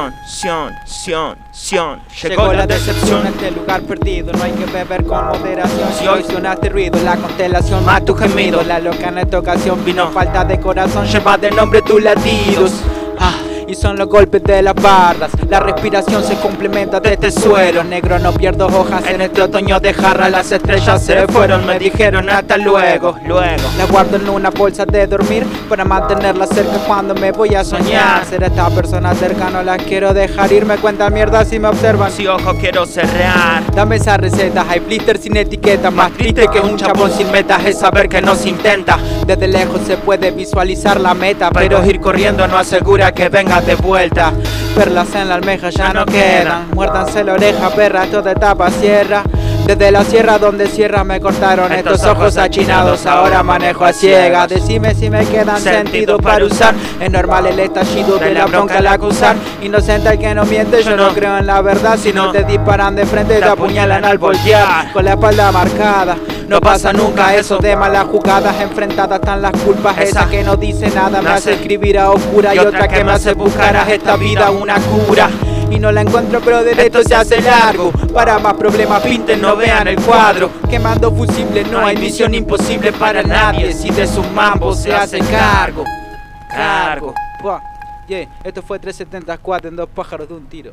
Llegó la decepción en este lugar perdido, no hay que beber con moderación. Si hoy sonaste ruido, la constelación más tu gemido. La loca en esta ocasión vino falta de corazón, lleva de nombre tus latidos. Y son los golpes de las barras, la respiración se complementa de este suelo. Negro, no pierdo hojas en este otoño de jarra. Las estrellas se fueron, me dijeron hasta luego. Las guardo en una bolsa de dormir para mantenerlas cerca cuando me voy a soñar. Ser esta persona cerca, no las quiero dejar ir. Me cuentan mierda si me observan. Si ojo quiero cerrar. Dame esa receta, hay blister sin etiqueta. Más triste que un chabón sin metas es saber que no se intenta. Desde lejos se puede visualizar la meta, pero ir corriendo no asegura que venga de vuelta. Perlas en la almeja ya no quedan. Muérdanse la oreja, perra, toda etapa cierra. Desde la sierra donde cierra me cortaron estos ojos achinados. Ahora manejo a ciega. Decime si me quedan sentidos para usar. Es normal el estallido de la bronca al acusar. Inocente el que no miente, yo no creo en la verdad. Si no te disparan de frente te apuñalan al voltear. Con la espalda marcada. No pasa nunca eso de malas jugadas. Enfrentadas están las culpas. Esa que no dice nada me hace escribir a oscura. Y otra que me hace buscar a esta vida una cura. Y no la encuentro, pero de esto se hace largo. Para más problemas pinten, no vean el cuadro. Quemando fusibles, no hay misión imposible para nadie. Si de sus mambos se hace cargo. Buah, yeah. Esto fue 374 en 2 pájaros de un tiro.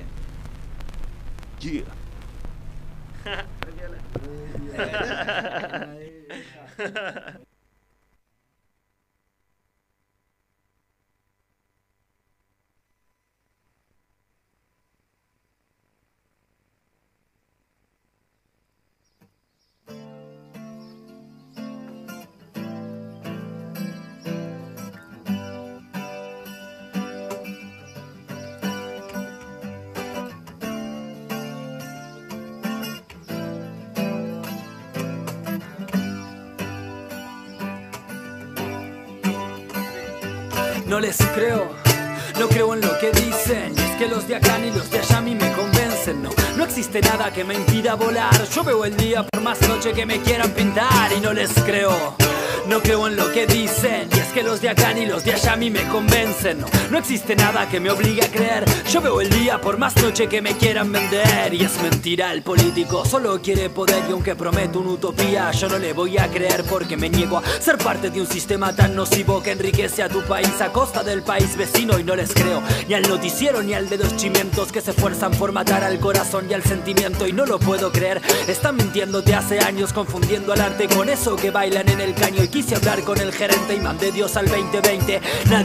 Yeah. No les creo, no creo en lo que dicen. Y es que los de acá ni los de allá a mí me convencen. No existe nada que me impida volar. Yo veo el día por más noche que me quieran pintar. Y no les creo, no creo en lo que dicen. Y es que los de acá ni los de allá a mí me convencen. No existe nada que me obligue a creer. Yo veo el día por más noche que me quieran vender. Y es mentira, el político solo quiere poder. Y aunque prometo una utopía, yo no le voy a creer, porque me niego a ser parte de un sistema tan nocivo que enriquece a tu país a costa del país vecino. Y no les creo ni al noticiero ni al de los chimientos que se esfuerzan por matar al corazón y al sentimiento. Y no lo puedo creer, están mintiéndote hace años, confundiendo al arte con eso que bailan en el caño. Y quise hablar con el gerente y mandé Dios al 2020.